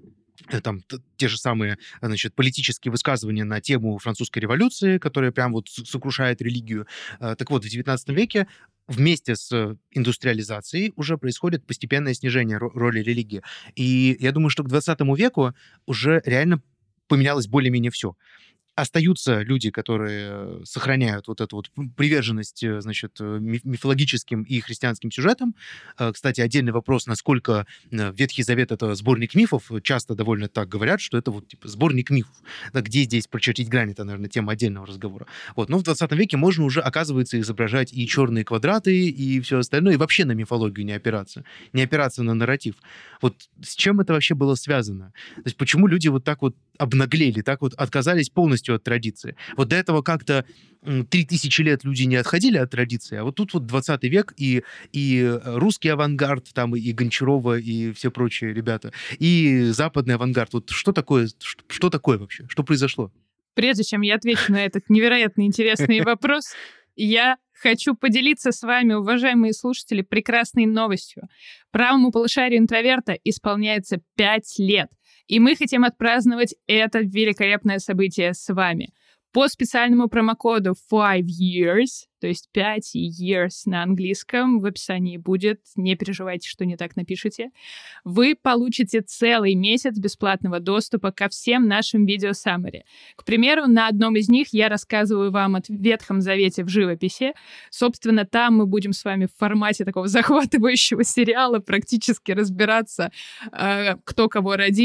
там те же самые, значит, политические высказывания на тему французской революции, которая прям вот сокрушает религию. Так вот, в XIX веке вместе с индустриализацией уже происходит постепенное снижение роли религии. И я думаю, что к XX веку уже реально поменялось более-менее все. Остаются люди, которые сохраняют вот эту вот приверженность, значит, мифологическим и христианским сюжетам. Кстати, отдельный вопрос, насколько Ветхий Завет — это сборник мифов. Часто довольно так говорят, что это вот типа сборник мифов. Да, где здесь прочертить грань — это, наверное, тема отдельного разговора. Вот. Но в 20 веке можно уже, оказывается, изображать и черные квадраты, и все остальное, и вообще на мифологию не опираться на нарратив. Вот с чем это вообще было связано? То есть почему люди вот так вот обнаглели, так вот отказались полностью от традиции? Вот до этого как-то 3000 лет люди не отходили от традиции, а вот тут вот 20 век, и русский авангард, там и Гончарова, и все прочие ребята, и западный авангард. Вот что такое вообще? Что произошло? Прежде чем я отвечу на этот невероятно интересный вопрос, я хочу поделиться с вами, уважаемые слушатели, прекрасной новостью. Правому полушарию интроверта исполняется 5 лет. И мы хотим отпраздновать это великолепное событие с вами. По специальному промокоду 5 years, то есть 5 years на английском, в описании будет, не переживайте, что не так напишите, вы получите целый месяц бесплатного доступа ко всем нашим видео-саммари. К примеру, на одном из них я рассказываю вам о Ветхом Завете в живописи. Собственно, там мы будем с вами в формате такого захватывающего сериала практически разбираться, кто кого родил,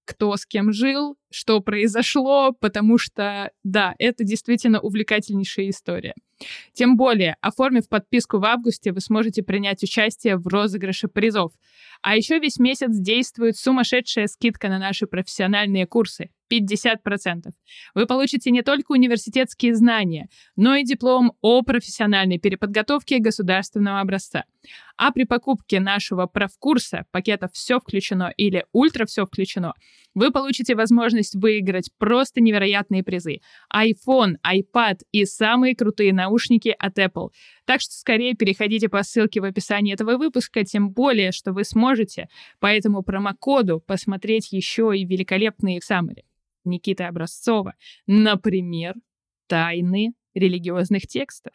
кто с кем жил, что произошло, потому что, да, это действительно увлекательнейшая история. Тем более, оформив подписку в августе, вы сможете принять участие в розыгрыше призов. А еще весь месяц действует сумасшедшая скидка на наши профессиональные курсы. 50%. Вы получите не только университетские знания, но и диплом о профессиональной переподготовке государственного образца. А при покупке нашего профкурса, пакета «Все включено» или «Ультра все включено», вы получите возможность выиграть просто невероятные призы. iPhone, iPad и самые крутые наушники от Apple. Так что скорее переходите по ссылке в описании этого выпуска, тем более, что вы сможете по этому промокоду посмотреть еще и великолепные саммари Никиты Образцова. Например, тайны религиозных текстов,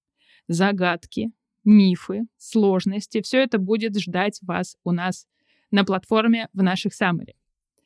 загадки, мифы, сложности. Все это будет ждать вас у нас на платформе в наших саммари.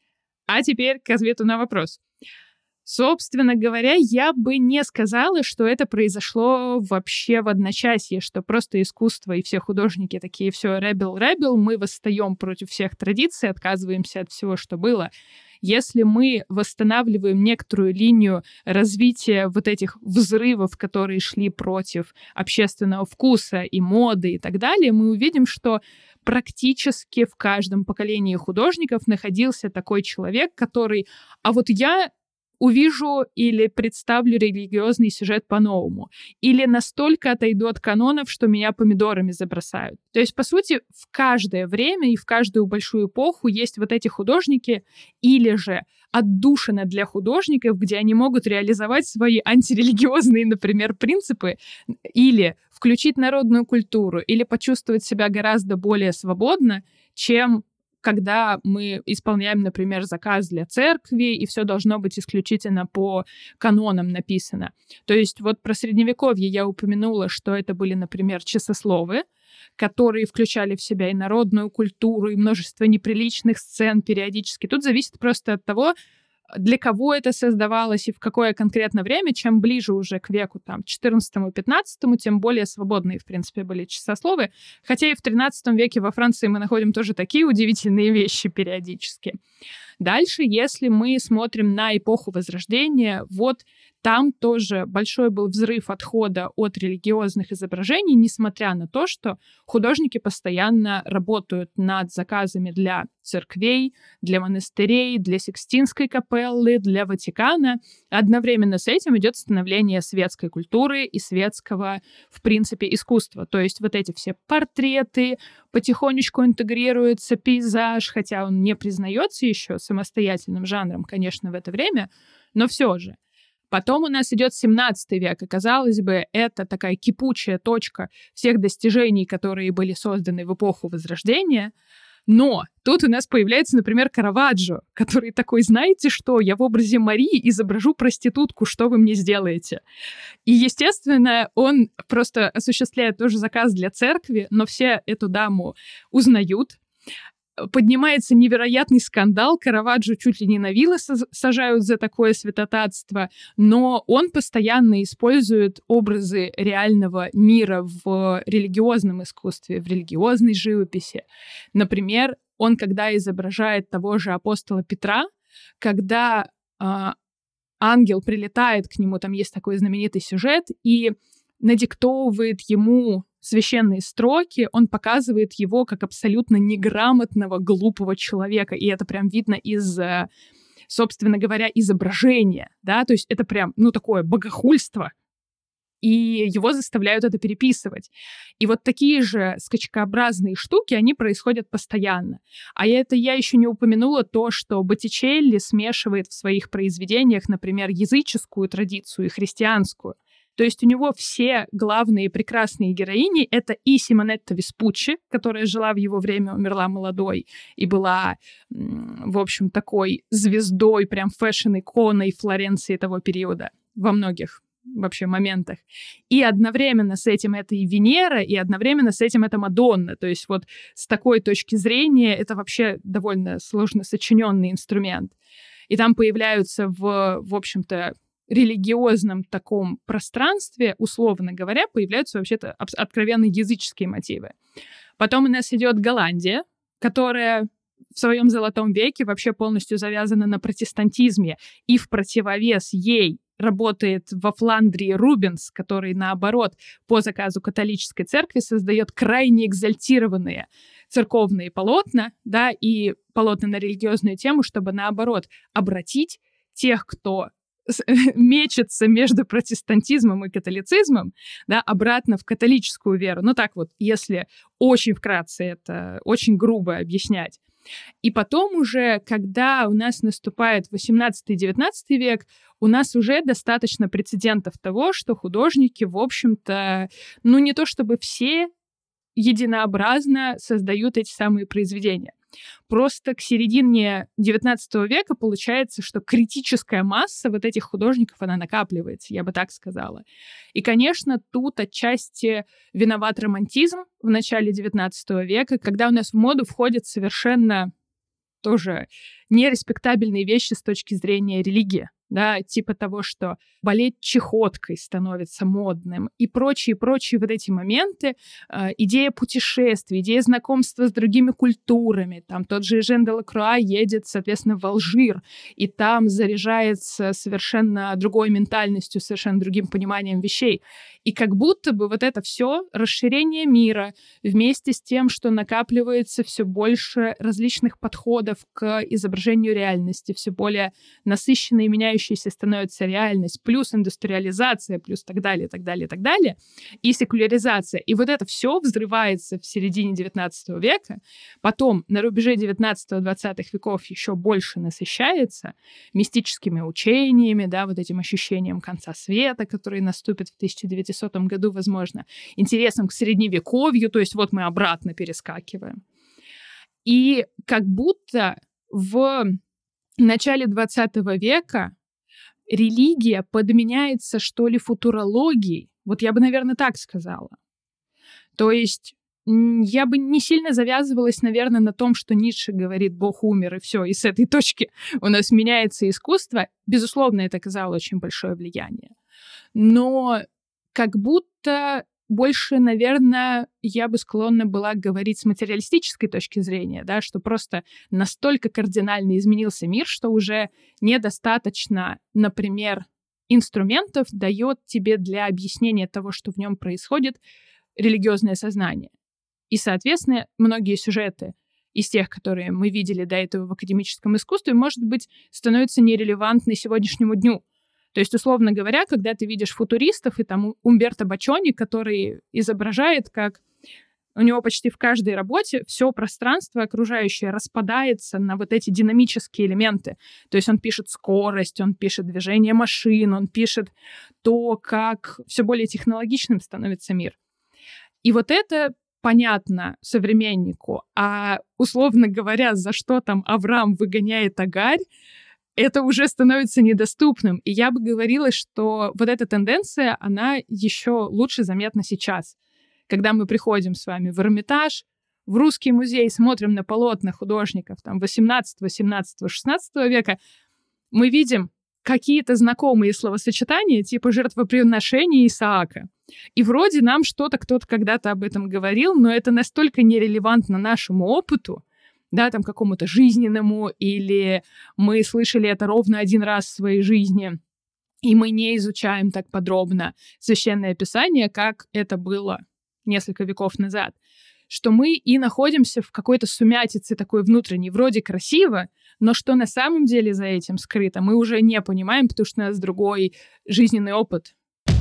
А теперь к ответу на вопрос. Собственно говоря, я бы не сказала, что это произошло вообще в одночасье, что просто искусство и все художники такие, все, ребел, мы восстаем против всех традиций, отказываемся от всего, что было. Если мы восстанавливаем некоторую линию развития вот этих взрывов, которые шли против общественного вкуса и моды и так далее, мы увидим, что практически в каждом поколении художников находился такой человек, который, а вот я увижу или представлю религиозный сюжет по-новому, или настолько отойду от канонов, что меня помидорами забросают. То есть, по сути, в каждое время и в каждую большую эпоху есть вот эти художники, или же отдушина для художников, где они могут реализовать свои антирелигиозные, например, принципы, или включить народную культуру, или почувствовать себя гораздо более свободно, чем когда мы исполняем, например, заказ для церкви, и все должно быть исключительно по канонам написано. То есть вот про Средневековье я упомянула, что это были, например, часословы, которые включали в себя и народную культуру, и множество неприличных сцен периодически. Тут зависит просто от того, для кого это создавалось и в какое конкретно время. Чем ближе уже к веку там, 14-15, тем более свободные, в принципе, были часословы. Хотя и в 13 веке во Франции мы находим тоже такие удивительные вещи периодически. Дальше, если мы смотрим на эпоху Возрождения, вот там тоже большой был взрыв отхода от религиозных изображений, несмотря на то, что художники постоянно работают над заказами для церквей, для монастырей, для Сикстинской капеллы, для Ватикана. Одновременно с этим идет становление светской культуры и светского, в принципе, искусства. То есть вот эти все портреты, потихонечку интегрируется пейзаж, хотя он не признается еще самостоятельным жанром, конечно, в это время, но все же. Потом у нас идет 17 век, и, казалось бы, это такая кипучая точка всех достижений, которые были созданы в эпоху Возрождения. Но тут у нас появляется, например, Караваджо, который такой, знаете что, я в образе Марии изображу проститутку, что вы мне сделаете? И, естественно, он просто осуществляет тоже заказ для церкви, но все эту даму узнают. Поднимается невероятный скандал, Караваджо чуть ли не на вилы сажают за такое святотатство, но он постоянно использует образы реального мира в религиозном искусстве, в религиозной живописи. Например, он когда изображает того же апостола Петра, когда ангел прилетает к нему, там есть такой знаменитый сюжет, и надиктовывает ему священные строки, он показывает его как абсолютно неграмотного, глупого человека. И это прям видно из, собственно говоря, изображения. Да? То есть это прям, такое богохульство. И его заставляют это переписывать. И вот такие же скачкообразные штуки, они происходят постоянно. А это я еще не упомянула то, что Боттичелли смешивает в своих произведениях, например, языческую традицию и христианскую. То есть у него все главные прекрасные героини — это и Симонетта Веспуччи, которая жила в его время, умерла молодой и была, в общем, такой звездой, прям фэшн-иконой Флоренции того периода во многих вообще моментах. И одновременно с этим это и Венера, и одновременно с этим это Мадонна. То есть вот с такой точки зрения это вообще довольно сложно сочиненный инструмент. И там появляются в общем-то, религиозном таком пространстве, условно говоря, появляются вообще-то откровенно языческие мотивы. Потом у нас идет Голландия, которая в своем золотом веке вообще полностью завязана на протестантизме, и в противовес ей работает во Фландрии Рубенс, который, наоборот, по заказу католической церкви создает крайне экзальтированные церковные полотна, да, и полотна на религиозную тему, чтобы, наоборот, обратить тех, кто мечется между протестантизмом и католицизмом, да, обратно в католическую веру. Ну так вот, если очень вкратце это, очень грубо объяснять. И потом уже, когда у нас наступает 18-19 век, у нас уже достаточно прецедентов того, что художники, в общем-то, ну не то чтобы все единообразно создают эти самые произведения. Просто к середине XIX века получается, что критическая масса вот этих художников, она накапливается, я бы так сказала. И, конечно, тут отчасти виноват романтизм в начале XIX века, когда у нас в моду входят совершенно тоже нереспектабельные вещи с точки зрения религии. Да, типа того, что болеть чехоткой становится модным и прочие вот эти моменты. Идея путешествий, идея знакомства с другими культурами. Там тот же Эжен де Лакруа едет, соответственно, в Алжир, и там заряжается совершенно другой ментальностью, совершенно другим пониманием вещей. И как будто бы вот это все расширение мира вместе с тем, что накапливается все больше различных подходов к изображению реальности, все более насыщенной и меняющейся становится реальность, плюс индустриализация, плюс так далее, так далее, так далее, и секуляризация. И вот это все взрывается в середине XIX века, потом на рубеже 19-20 веков еще больше насыщается мистическими учениями, да, вот этим ощущением конца света, который наступит в 1900 году, возможно, интересом к средневековью, то есть вот мы обратно перескакиваем. И как будто в начале 20 века религия подменяется, что ли, футурологией. Вот я бы, наверное, так сказала. То есть я бы не сильно завязывалась, наверное, на том, что Ницше говорит «Бог умер», и все, и с этой точки у нас меняется искусство. Безусловно, это оказало очень большое влияние. Но как будто больше, наверное, я бы склонна была говорить с материалистической точки зрения, да, что просто настолько кардинально изменился мир, что уже недостаточно, например, инструментов дает тебе для объяснения того, что в нем происходит, религиозное сознание. И, соответственно, многие сюжеты из тех, которые мы видели до этого в академическом искусстве, может быть, становятся нерелевантны сегодняшнему дню. То есть, условно говоря, когда ты видишь футуристов, и там Умберто Боччони, который изображает, как у него почти в каждой работе все пространство окружающее распадается на вот эти динамические элементы. То есть он пишет скорость, он пишет движение машин, он пишет то, как все более технологичным становится мир. И вот это понятно современнику. А, условно говоря, за что там Авраам выгоняет Агарь, это уже становится недоступным. И я бы говорила, что вот эта тенденция, она еще лучше заметна сейчас. Когда мы приходим с вами в Эрмитаж, в Русский музей, смотрим на полотна художников там 18, 17, 16 века, мы видим какие-то знакомые словосочетания, типа жертвоприношения Исаака. И вроде нам что-то кто-то когда-то об этом говорил, но это настолько нерелевантно нашему опыту, да, там какому-то жизненному, или мы слышали это ровно один раз в своей жизни, и мы не изучаем так подробно Священное Писание, как это было несколько веков назад, что мы и находимся в какой-то сумятице такой внутренней, вроде красиво, но что на самом деле за этим скрыто, мы уже не понимаем, потому что у нас другой жизненный опыт.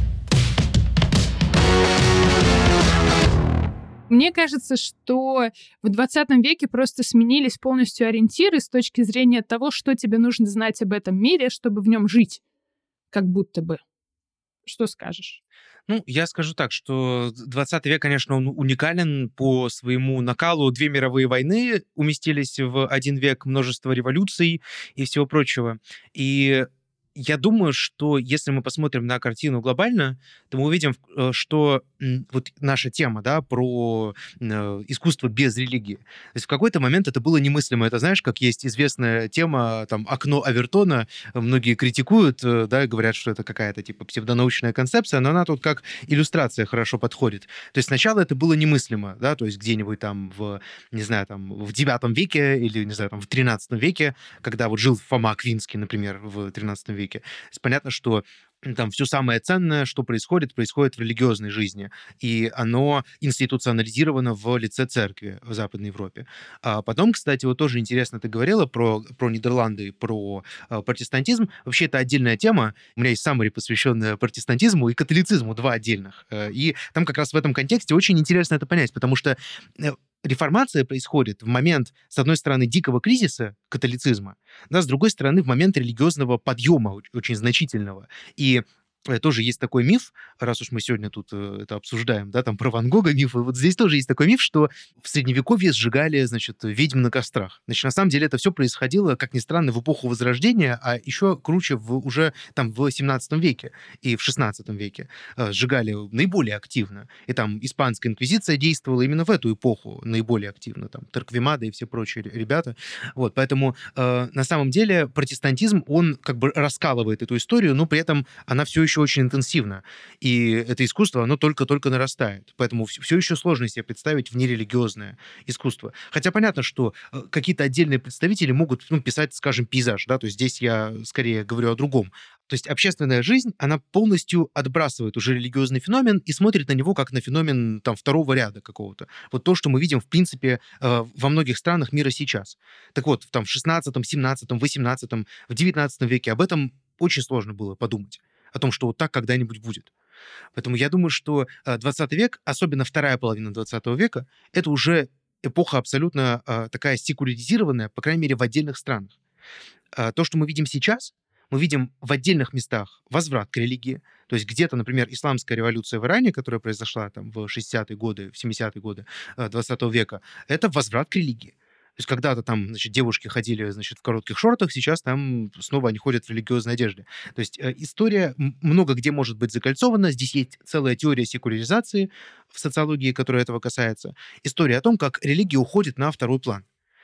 Мне кажется, что в 20 веке просто сменились полностью ориентиры с точки зрения того, что тебе нужно знать об этом мире, чтобы в нем жить. Как будто бы. Что скажешь? Ну, я скажу так, что 20 век, конечно, он уникален по своему накалу. 2 мировые войны уместились в 1 век, множество революций и всего прочего. И Я думаю, что если мы посмотрим на картину глобально, то мы увидим, что вот наша тема, да, про искусство без религии. То есть в какой-то момент это было немыслимо. Это, знаешь, как есть известная тема, там, «Окно Авертона». Многие критикуют, да, и говорят, что это какая-то типа псевдонаучная концепция, но она тут как иллюстрация хорошо подходит. То есть сначала это было немыслимо, да, то есть где-нибудь там не знаю, там в IX веке или, не знаю, там в XIII веке, когда вот жил Фома Аквинский, например, в XIII веке. То есть понятно, что там все самое ценное, что происходит в религиозной жизни, и оно институционализировано в лице церкви в Западной Европе. А потом, кстати, вот тоже интересно, ты говорила про Нидерланды, про протестантизм. Вообще это отдельная тема. У меня есть summary, посвященная протестантизму и католицизму, два отдельных. И там как раз в этом контексте очень интересно это понять, потому что реформация происходит в момент, с одной стороны, дикого кризиса католицизма, да, с другой стороны, в момент религиозного подъема очень значительного. И тоже есть такой миф, раз уж мы сегодня тут это обсуждаем, да, там про Ван Гога миф, вот здесь тоже есть такой миф, что в Средневековье сжигали, значит, ведьм на кострах. Значит, на самом деле это все происходило, как ни странно, в эпоху Возрождения, а еще круче уже там в 17 веке и в 16 веке сжигали наиболее активно. И там испанская инквизиция действовала именно в эту эпоху наиболее активно, там Торквемада и все прочие ребята. Вот, поэтому на самом деле протестантизм, он как бы раскалывает эту историю, но при этом она все еще очень интенсивно. И это искусство, оно только-только нарастает. Поэтому все еще сложно себе представить внерелигиозное искусство. Хотя понятно, что какие-то отдельные представители могут писать, скажем, пейзаж. Да? То есть здесь я скорее говорю о другом. То есть общественная жизнь, она полностью отбрасывает уже религиозный феномен и смотрит на него как на феномен там, второго ряда какого-то. Вот то, что мы видим, в принципе, во многих странах мира сейчас. Так вот, там, в 16, 17, 18, в 19 веке об этом очень сложно было подумать. О том, что вот так когда-нибудь будет. Поэтому я думаю, что 20 век, особенно вторая половина 20 века, это уже эпоха абсолютно такая секуляризированная, по крайней мере, в отдельных странах. То, что мы видим сейчас, мы видим в отдельных местах возврат к религии. То есть где-то, например, исламская революция в Иране, которая произошла там в 60-е годы, в 70-е годы 20 века, это возврат к религии. То есть когда-то там, значит, девушки ходили, значит, в коротких шортах, сейчас там снова они ходят в религиозной одежде. То есть история много где может быть закольцована. Здесь есть целая теория секуляризации в социологии, которая этого касается. История о том, как религия уходит на второй план.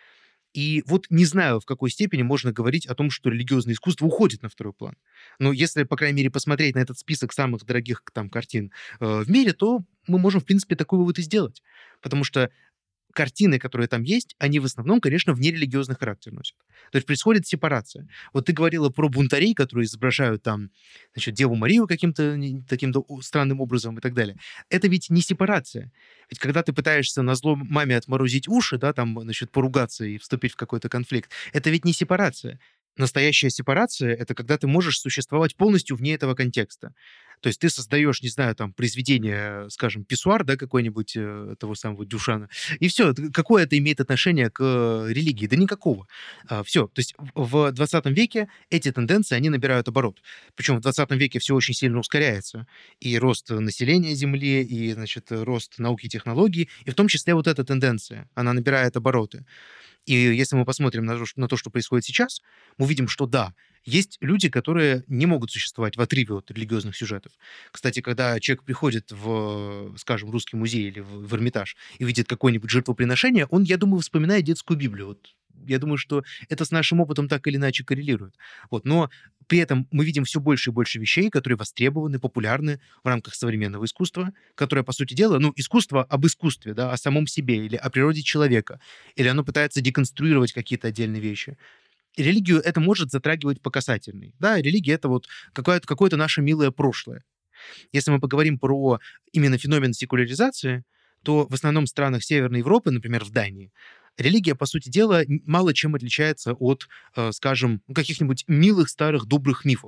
И вот не знаю, в какой степени можно говорить о том, что религиозное искусство уходит на второй план. Но если, по крайней мере, посмотреть на этот список самых дорогих там картин в мире, то мы можем, в принципе, такой вывод и сделать. Потому что картины, которые там есть, они в основном, конечно, внерелигиозный характер носят. То есть происходит сепарация. Вот ты говорила про бунтарей, которые изображают там, значит, Деву Марию каким-то таким-то странным образом и так далее. Это ведь не сепарация. Ведь когда ты пытаешься назло маме отморозить уши, да, там, значит, поругаться и вступить в какой-то конфликт, это ведь не сепарация. Настоящая сепарация — это когда ты можешь существовать полностью вне этого контекста. То есть ты создаешь, не знаю, там, произведение, скажем, писсуар, да, какой-нибудь того самого Дюшана, и все. Какое это имеет отношение к религии? Да никакого. Все. То есть в 20 веке эти тенденции, они набирают оборот. Причем в 20 веке все очень сильно ускоряется. И рост населения Земли, и, значит, рост науки и технологий, и в том числе вот эта тенденция, она набирает обороты. И если мы посмотрим на то, что происходит сейчас, мы увидим, что да, есть люди, которые не могут существовать в отрыве от религиозных сюжетов. Кстати, когда человек приходит в, скажем, Русский музей или в Эрмитаж и видит какое-нибудь жертвоприношение, он, я думаю, вспоминает детскую Библию. Вот я думаю, что это с нашим опытом так или иначе коррелирует. Вот. Но при этом мы видим все больше и больше вещей, которые востребованы, популярны в рамках современного искусства, которое, по сути дела, искусство об искусстве, да, о самом себе или о природе человека, или оно пытается деконструировать какие-то отдельные вещи. И религию это может затрагивать по касательной. Да, религия — это вот какое-то наше милое прошлое. Если мы поговорим про именно феномен секуляризации, то в основном странах Северной Европы, например, в Дании, религия, по сути дела, мало чем отличается от, скажем, каких-нибудь милых старых добрых мифов.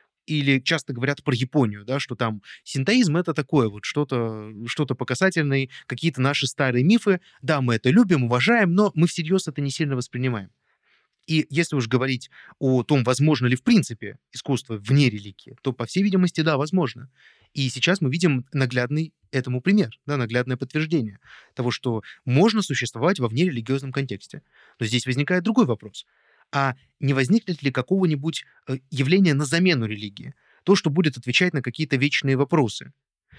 Или часто говорят про Японию, да, что там синтоизм — это такое вот что-то по касательной, какие-то наши старые мифы. Да, мы это любим, уважаем, но мы всерьез это не сильно воспринимаем. И если уж говорить о том, возможно ли в принципе искусство вне религии, то, по всей видимости, да, возможно. И сейчас мы видим наглядный этому пример, да, наглядное подтверждение того, что можно существовать во внерелигиозном контексте. Но здесь возникает другой вопрос. а не возникнет ли какого-нибудь явления на замену религии? То, что будет отвечать на какие-то вечные вопросы.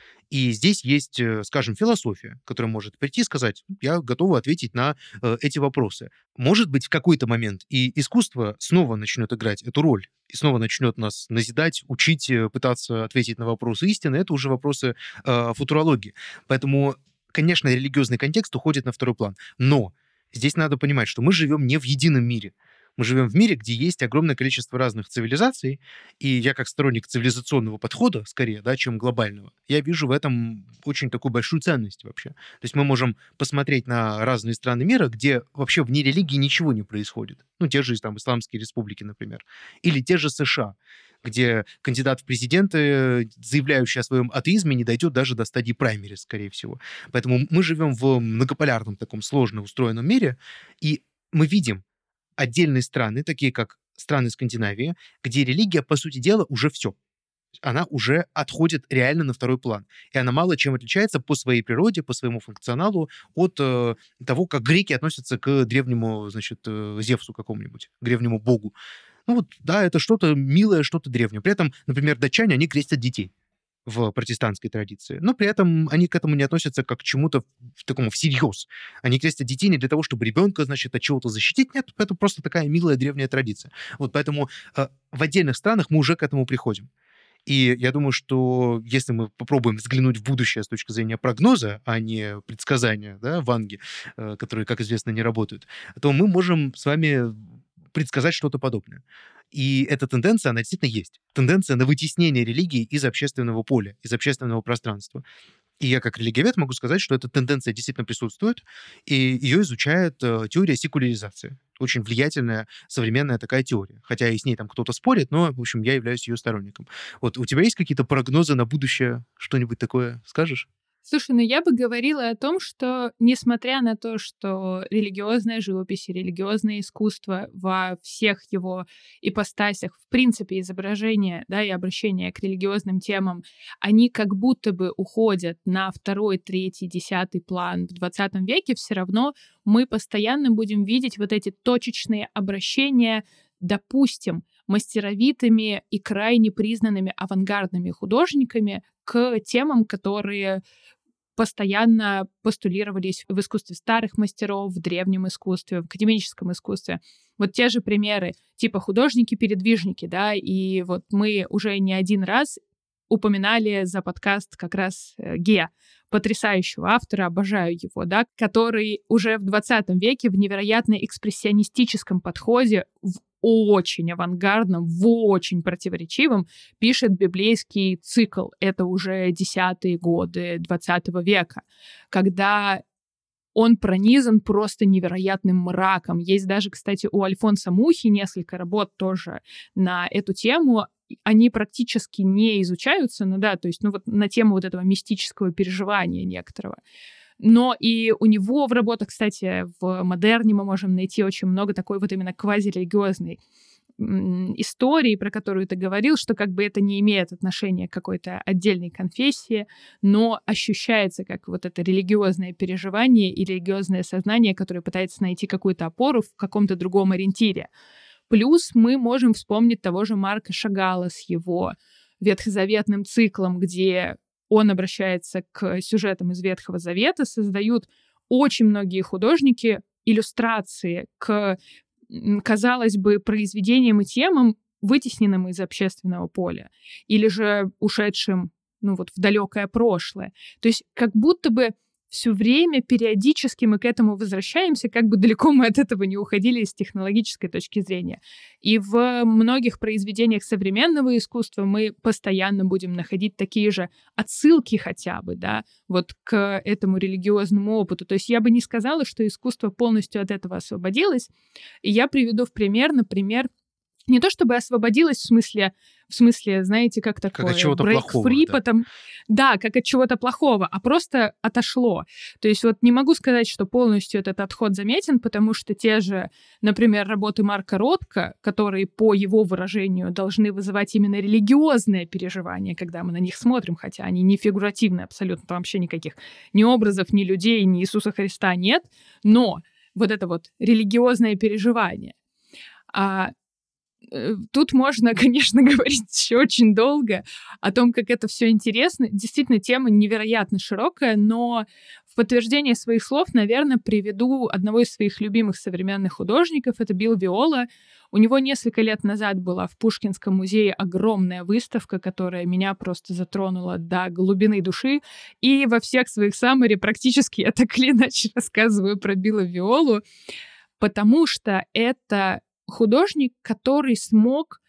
И здесь есть, скажем, философия, которая может прийти и сказать: я готова ответить на эти вопросы. Может быть, в какой-то момент и искусство снова начнет играть эту роль, и снова начнет нас назидать, учить, пытаться ответить на вопросы истины. Это уже вопросы футурологии. Поэтому, конечно, религиозный контекст уходит на второй план. Но здесь надо понимать, что мы живем не в едином мире. Мы живем в мире, где есть огромное количество разных цивилизаций, и я как сторонник цивилизационного подхода, скорее, да, чем глобального, я вижу в этом очень такую большую ценность вообще. То есть мы можем посмотреть на разные страны мира, где вообще вне религии ничего не происходит. Ну, те же там исламские республики, например. Или те же США, где кандидат в президенты, заявляющий о своем атеизме, не дойдет даже до стадии праймериз, скорее всего. Поэтому мы живем в многополярном таком сложно устроенном мире, и мы видим отдельные страны, такие как страны Скандинавии, где религия, по сути дела, уже все. Она уже отходит реально на второй план. И она мало чем отличается по своей природе, по своему функционалу от того, как греки относятся к древнему, значит, Зевсу какому-нибудь, к древнему богу. Ну вот, да, это что-то милое, что-то древнее. При этом, например, датчане, они крестят детей в протестантской традиции. Но при этом они к этому не относятся как к чему-то такому всерьез. Они крестят детей не для того, чтобы ребенка, значит, от чего-то защитить. Нет, это просто такая милая древняя традиция. Вот поэтому в отдельных странах мы уже к этому приходим. И я думаю, что если мы попробуем взглянуть в будущее с точки зрения прогноза, а не предсказания, да, Ванги, которые, как известно, не работают, то мы можем с вами предсказать что-то подобное. И эта тенденция, она действительно есть. Тенденция на вытеснение религии из общественного поля, из общественного пространства. И я как религиовед могу сказать, что эта тенденция действительно присутствует, и ее изучает теория секуляризации. Очень влиятельная современная такая теория. Хотя и с ней там кто-то спорит, но, в общем, я являюсь ее сторонником. Вот у тебя есть какие-то прогнозы на будущее? Что-нибудь такое скажешь? Слушай, ну я бы говорила о том, что несмотря на то, что религиозная живопись и религиозное искусство во всех его ипостасях, в принципе, изображения, да, и обращения к религиозным темам, они как будто бы уходят на второй, третий, 10-й план в 20 веке, все равно мы постоянно будем видеть вот эти точечные обращения, допустим, мастеровитыми и крайне признанными авангардными художниками к темам, которые постоянно постулировались в искусстве старых мастеров, в древнем искусстве, в академическом искусстве. Вот те же примеры, типа художники-передвижники, да, и вот мы уже не один раз упоминали за подкаст как раз Ге, потрясающего автора, обожаю его, да, который уже в 20 веке в невероятно экспрессионистическом подходе, в очень авангардном, в очень противоречивом, пишет библейский цикл. Это уже 10-е годы 20 века, когда он пронизан просто невероятным мраком. Есть даже, кстати, у Альфонса Мухи несколько работ тоже на эту тему. Они практически не изучаются, ну да, то есть, ну вот на тему вот этого мистического переживания некоторого. Но и у него в работах, кстати, в модерне мы можем найти очень много такой вот именно квазирелигиозной истории, про которую ты говорил, что как бы это не имеет отношения к какой-то отдельной конфессии, но ощущается как вот это религиозное переживание и религиозное сознание, которое пытается найти какую-то опору в каком-то другом ориентире. Плюс мы можем вспомнить того же Марка Шагала с его ветхозаветным циклом, где он обращается к сюжетам из Ветхого Завета, создают очень многие художники иллюстрации к, казалось бы, произведениям и темам, вытесненным из общественного поля, или же ушедшим, ну вот, в далекое прошлое. То есть как будто бы все время, периодически мы к этому возвращаемся, как бы далеко мы от этого не уходили с технологической точки зрения. И в многих произведениях современного искусства мы постоянно будем находить такие же отсылки хотя бы, да, вот к этому религиозному опыту. То есть я бы не сказала, что искусство полностью от этого освободилось. И я приведу в пример, например, не то чтобы освободилась в смысле, знаете, как такое, как от чего-то плохого, да. Да, как от чего-то плохого, а просто отошло. То есть вот не могу сказать, что полностью этот отход заметен, потому что те же, например, работы Марка Ротко, которые, по его выражению, должны вызывать именно религиозное переживание, когда мы на них смотрим, хотя они не фигуративные абсолютно, там вообще никаких ни образов, ни людей, ни Иисуса Христа нет, но вот это вот религиозное переживание, А тут можно, конечно, говорить еще очень долго о том, как это все интересно. Действительно, тема невероятно широкая, но в подтверждение своих слов, наверное, приведу одного из своих любимых современных художников. Это Билл Виола. У него несколько лет назад была в Пушкинском музее огромная выставка, которая меня просто затронула до глубины души. И во всех своих саммари практически я так или иначе рассказываю про Билла Виолу, потому что это художник, который смог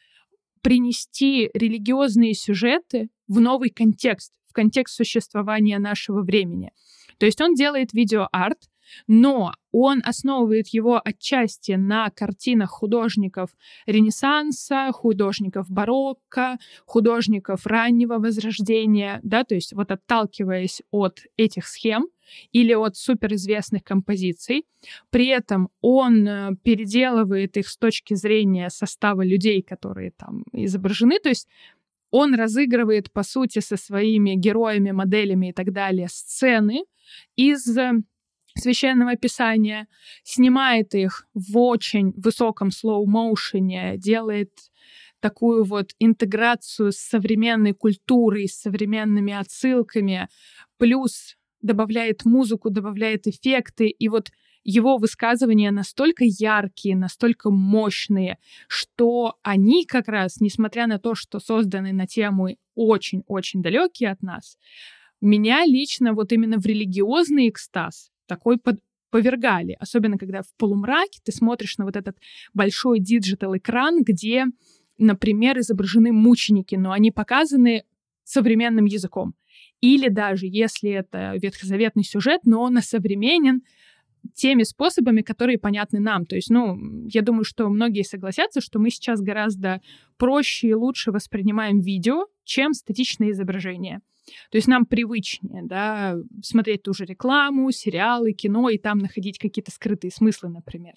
принести религиозные сюжеты в новый контекст, в контекст существования нашего времени. То есть он делает видеоарт, но он основывает его отчасти на картинах художников Ренессанса, художников барокко, художников раннего Возрождения, да, то есть вот отталкиваясь от этих схем или от суперизвестных композиций. При этом он переделывает их с точки зрения состава людей, которые там изображены, то есть он разыгрывает, по сути, со своими героями, моделями и так далее сцены из Священного Писания, снимает их в очень высоком слоу-моушене, делает такую вот интеграцию с современной культурой, с современными отсылками, плюс добавляет музыку, добавляет эффекты, и вот его высказывания настолько яркие, настолько мощные, что они как раз, несмотря на то, что созданы на тему очень-очень далекие от нас, меня лично вот именно в религиозный экстаз такой повергали. Особенно, когда в полумраке ты смотришь на вот этот большой диджитал-экран, где, например, изображены мученики, но они показаны современным языком. Или даже, если это ветхозаветный сюжет, но он осовременен теми способами, которые понятны нам. То есть, я думаю, что многие согласятся, что мы сейчас гораздо проще и лучше воспринимаем видео, чем статичное изображение. То есть нам привычнее, да, смотреть ту же рекламу, сериалы, кино и там находить какие-то скрытые смыслы, например.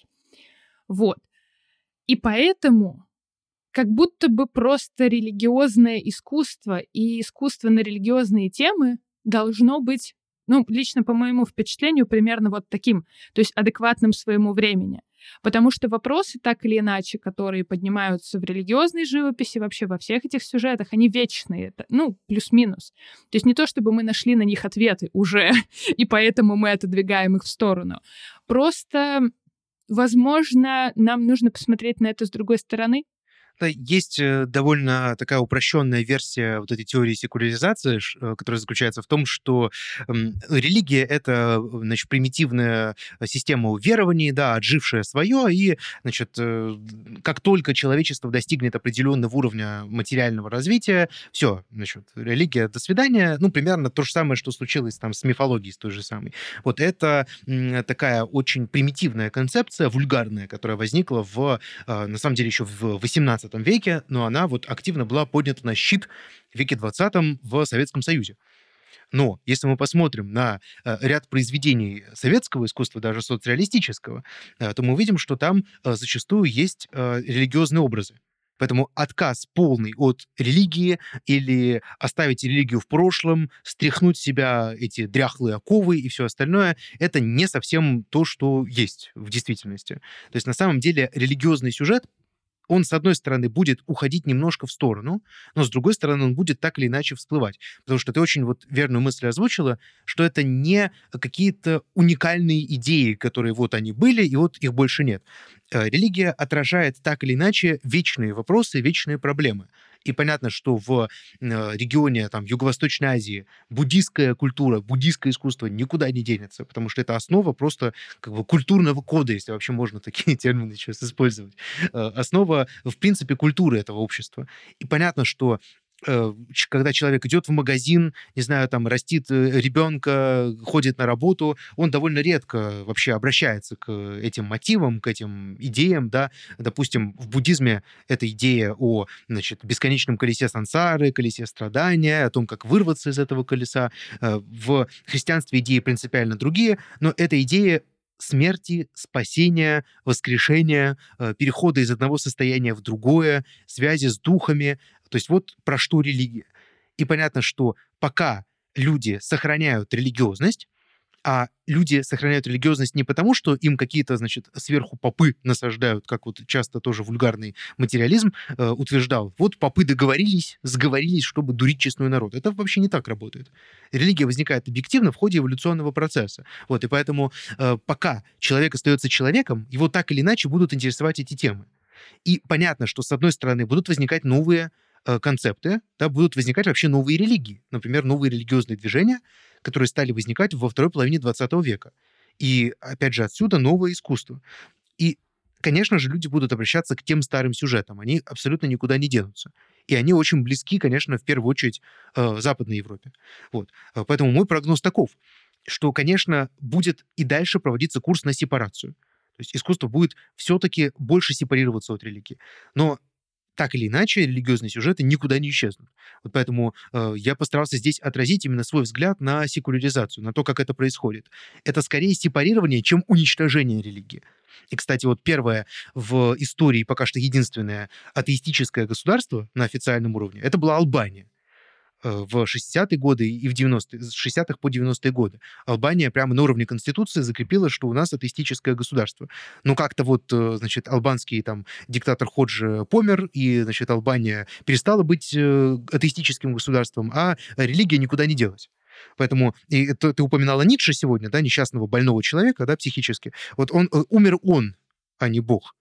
Вот. И поэтому как будто бы просто религиозное искусство и искусство на религиозные темы должно быть, лично по моему впечатлению, примерно вот таким, то есть адекватным своему времени. Потому что вопросы, так или иначе, которые поднимаются в религиозной живописи, вообще во всех этих сюжетах, они вечные, плюс-минус. То есть не то, чтобы мы нашли на них ответы уже, и поэтому мы отодвигаем их в сторону. Просто, возможно, нам нужно посмотреть на это с другой стороны. Есть довольно такая упрощенная версия вот этой теории секуляризации, которая заключается в том, что религия — это, значит, примитивная система верований, да, отжившая свое, и, значит, как только человечество достигнет определенного уровня материального развития, все, значит, религия — до свидания. Примерно то же самое, что случилось там с мифологией, с той же самой. Вот это такая очень примитивная концепция, вульгарная, которая возникла на самом деле, еще в XVIII веке, но она вот активно была поднята на щит в веке 20 в Советском Союзе. Но если мы посмотрим на ряд произведений советского искусства, даже соцреалистического, то мы увидим, что там зачастую есть религиозные образы. Поэтому отказ полный от религии или оставить религию в прошлом, стряхнуть с себя эти дряхлые оковы и все остальное, это не совсем то, что есть в действительности. То есть на самом деле религиозный сюжет, он, с одной стороны, будет уходить немножко в сторону, но, с другой стороны, он будет так или иначе всплывать. Потому что ты очень вот верную мысль озвучила, что это не какие-то уникальные идеи, которые вот они были, и вот их больше нет. Религия отражает так или иначе вечные вопросы, вечные проблемы. И понятно, что в регионе там, Юго-Восточной Азии буддийская культура, буддийское искусство никуда не денется, потому что это основа просто как бы культурного кода, если вообще можно такие термины сейчас использовать. Основа, в принципе, культуры этого общества. И понятно, что когда человек идет в магазин, не знаю, там, растит ребенка, ходит на работу, он довольно редко вообще обращается к этим мотивам, к этим идеям, да. Допустим, в буддизме эта идея о, значит, бесконечном колесе сансары, колесе страдания, о том, как вырваться из этого колеса. В христианстве идеи принципиально другие, но эта идея смерти, спасения, воскрешения, перехода из одного состояния в другое, связи с духами. То есть вот про что религия. И понятно, что пока люди сохраняют религиозность, А люди сохраняют религиозность не потому, что им какие-то, значит, сверху попы насаждают, как вот часто тоже вульгарный материализм утверждал. Вот попы договорились, сговорились, чтобы дурить честной народ. Это вообще не так работает. Религия возникает объективно в ходе эволюционного процесса. Вот, и поэтому пока человек остается человеком, его так или иначе будут интересовать эти темы. И понятно, что, с одной стороны, будут возникать новые концепты, да, будут возникать вообще новые религии, например, новые религиозные движения, которые стали возникать во второй половине 20 века. И, опять же, отсюда новое искусство. И, конечно же, люди будут обращаться к тем старым сюжетам. Они абсолютно никуда не денутся. И они очень близки, конечно, в первую очередь в Западной Европе. Вот. Поэтому мой прогноз таков, что, конечно, будет и дальше проводиться курс на сепарацию. То есть искусство будет все-таки больше сепарироваться от религии. Но так или иначе, религиозные сюжеты никуда не исчезнут. Вот поэтому я постарался здесь отразить именно свой взгляд на секуляризацию, на то, как это происходит. Это скорее сепарирование, чем уничтожение религии. И, кстати, вот первое в истории, пока что единственное атеистическое государство на официальном уровне, это была Албания. В 60-е годы и в 90-е, с 60-х по 90-е годы. Албания прямо на уровне Конституции закрепила, что у нас атеистическое государство. Но как-то вот, значит, албанский там диктатор Ходжи помер, и, значит, Албания перестала быть атеистическим государством, а религия никуда не делась. Поэтому и ты упоминала Ницше сегодня, да, несчастного больного человека, да, психически. Вот он умер он, а не Бог.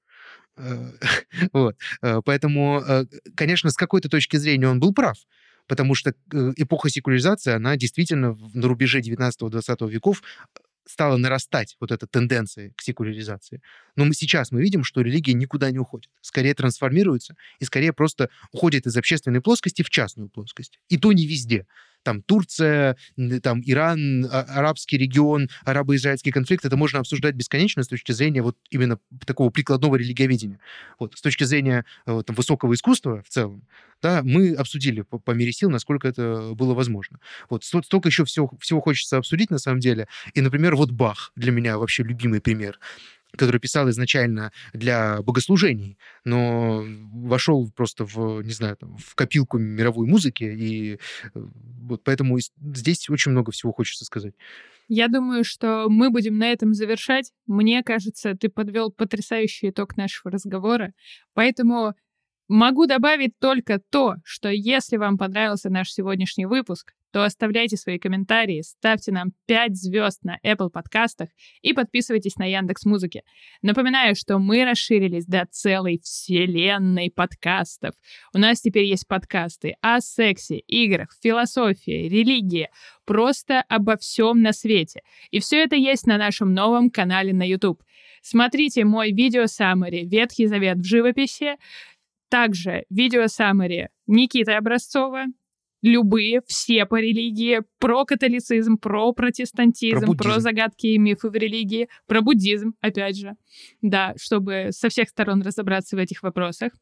Вот. Поэтому, конечно, с какой-то точки зрения он был прав, потому что эпоха секуляризации, она действительно на рубеже 19-20 веков стала нарастать, вот эта тенденция к секуляризации. Но сейчас мы видим, что религия никуда не уходит. Скорее трансформируется и скорее просто уходит из общественной плоскости в частную плоскость. И то не везде. Там Турция, там Иран, арабский регион, арабо-израильский конфликт, это можно обсуждать бесконечно с точки зрения вот именно такого прикладного религиоведения. Вот. С точки зрения там, высокого искусства в целом, да, мы обсудили по мере сил, насколько это было возможно. Вот. Столько еще всего хочется обсудить на самом деле. И, например, вот Бах для меня вообще любимый пример, который писал изначально для богослужений, но вошел просто в, не знаю, там, в копилку мировой музыки, и вот поэтому здесь очень много всего хочется сказать. Я думаю, что мы будем на этом завершать. Мне кажется, ты подвел потрясающий итог нашего разговора, поэтому могу добавить только то, что если вам понравился наш сегодняшний выпуск, то оставляйте свои комментарии, ставьте нам 5 звезд на Apple подкастах и подписывайтесь на Яндекс.Музыке. Напоминаю, что мы расширились до целой вселенной подкастов. У нас теперь есть подкасты о сексе, играх, философии, религии, просто обо всем на свете. И все это есть на нашем новом канале на YouTube. Смотрите мой видео-саммари «Ветхий Завет в живописи», также видео-саммари Никиты Образцова, любые, все по религии, про католицизм, про протестантизм, про загадки и мифы в религии, про буддизм, опять же, да, чтобы со всех сторон разобраться в этих вопросах.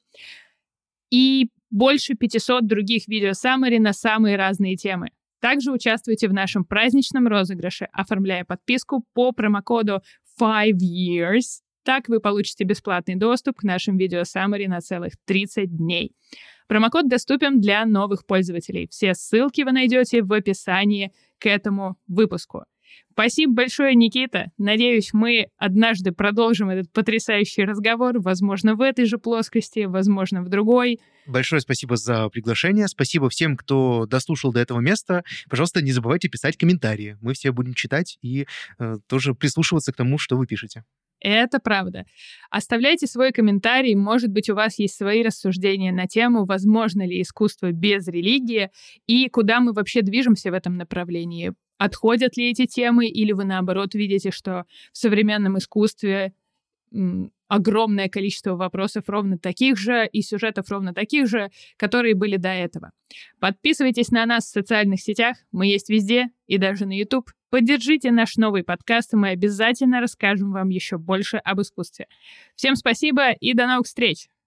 И больше 500 других видео-саммари на самые разные темы. Также участвуйте в нашем праздничном розыгрыше, оформляя подписку по промокоду 5 years. Так вы получите бесплатный доступ к нашим видео-саммари на целых 30 дней. Промокод доступен для новых пользователей. Все ссылки вы найдете в описании к этому выпуску. Спасибо большое, Никита. Надеюсь, мы однажды продолжим этот потрясающий разговор, возможно, в этой же плоскости, возможно, в другой. Большое спасибо за приглашение. Спасибо всем, кто дослушал до этого места. Пожалуйста, не забывайте писать комментарии. Мы все будем читать и тоже прислушиваться к тому, что вы пишете. Это правда. Оставляйте свой комментарий, может быть, у вас есть свои рассуждения на тему, возможно ли искусство без религии, и куда мы вообще движемся в этом направлении. Отходят ли эти темы, или вы, наоборот, видите, что в современном искусстве огромное количество вопросов ровно таких же и сюжетов ровно таких же, которые были до этого. Подписывайтесь на нас в социальных сетях, мы есть везде и даже на YouTube. Поддержите наш новый подкаст, и мы обязательно расскажем вам еще больше об искусстве. Всем спасибо и до новых встреч!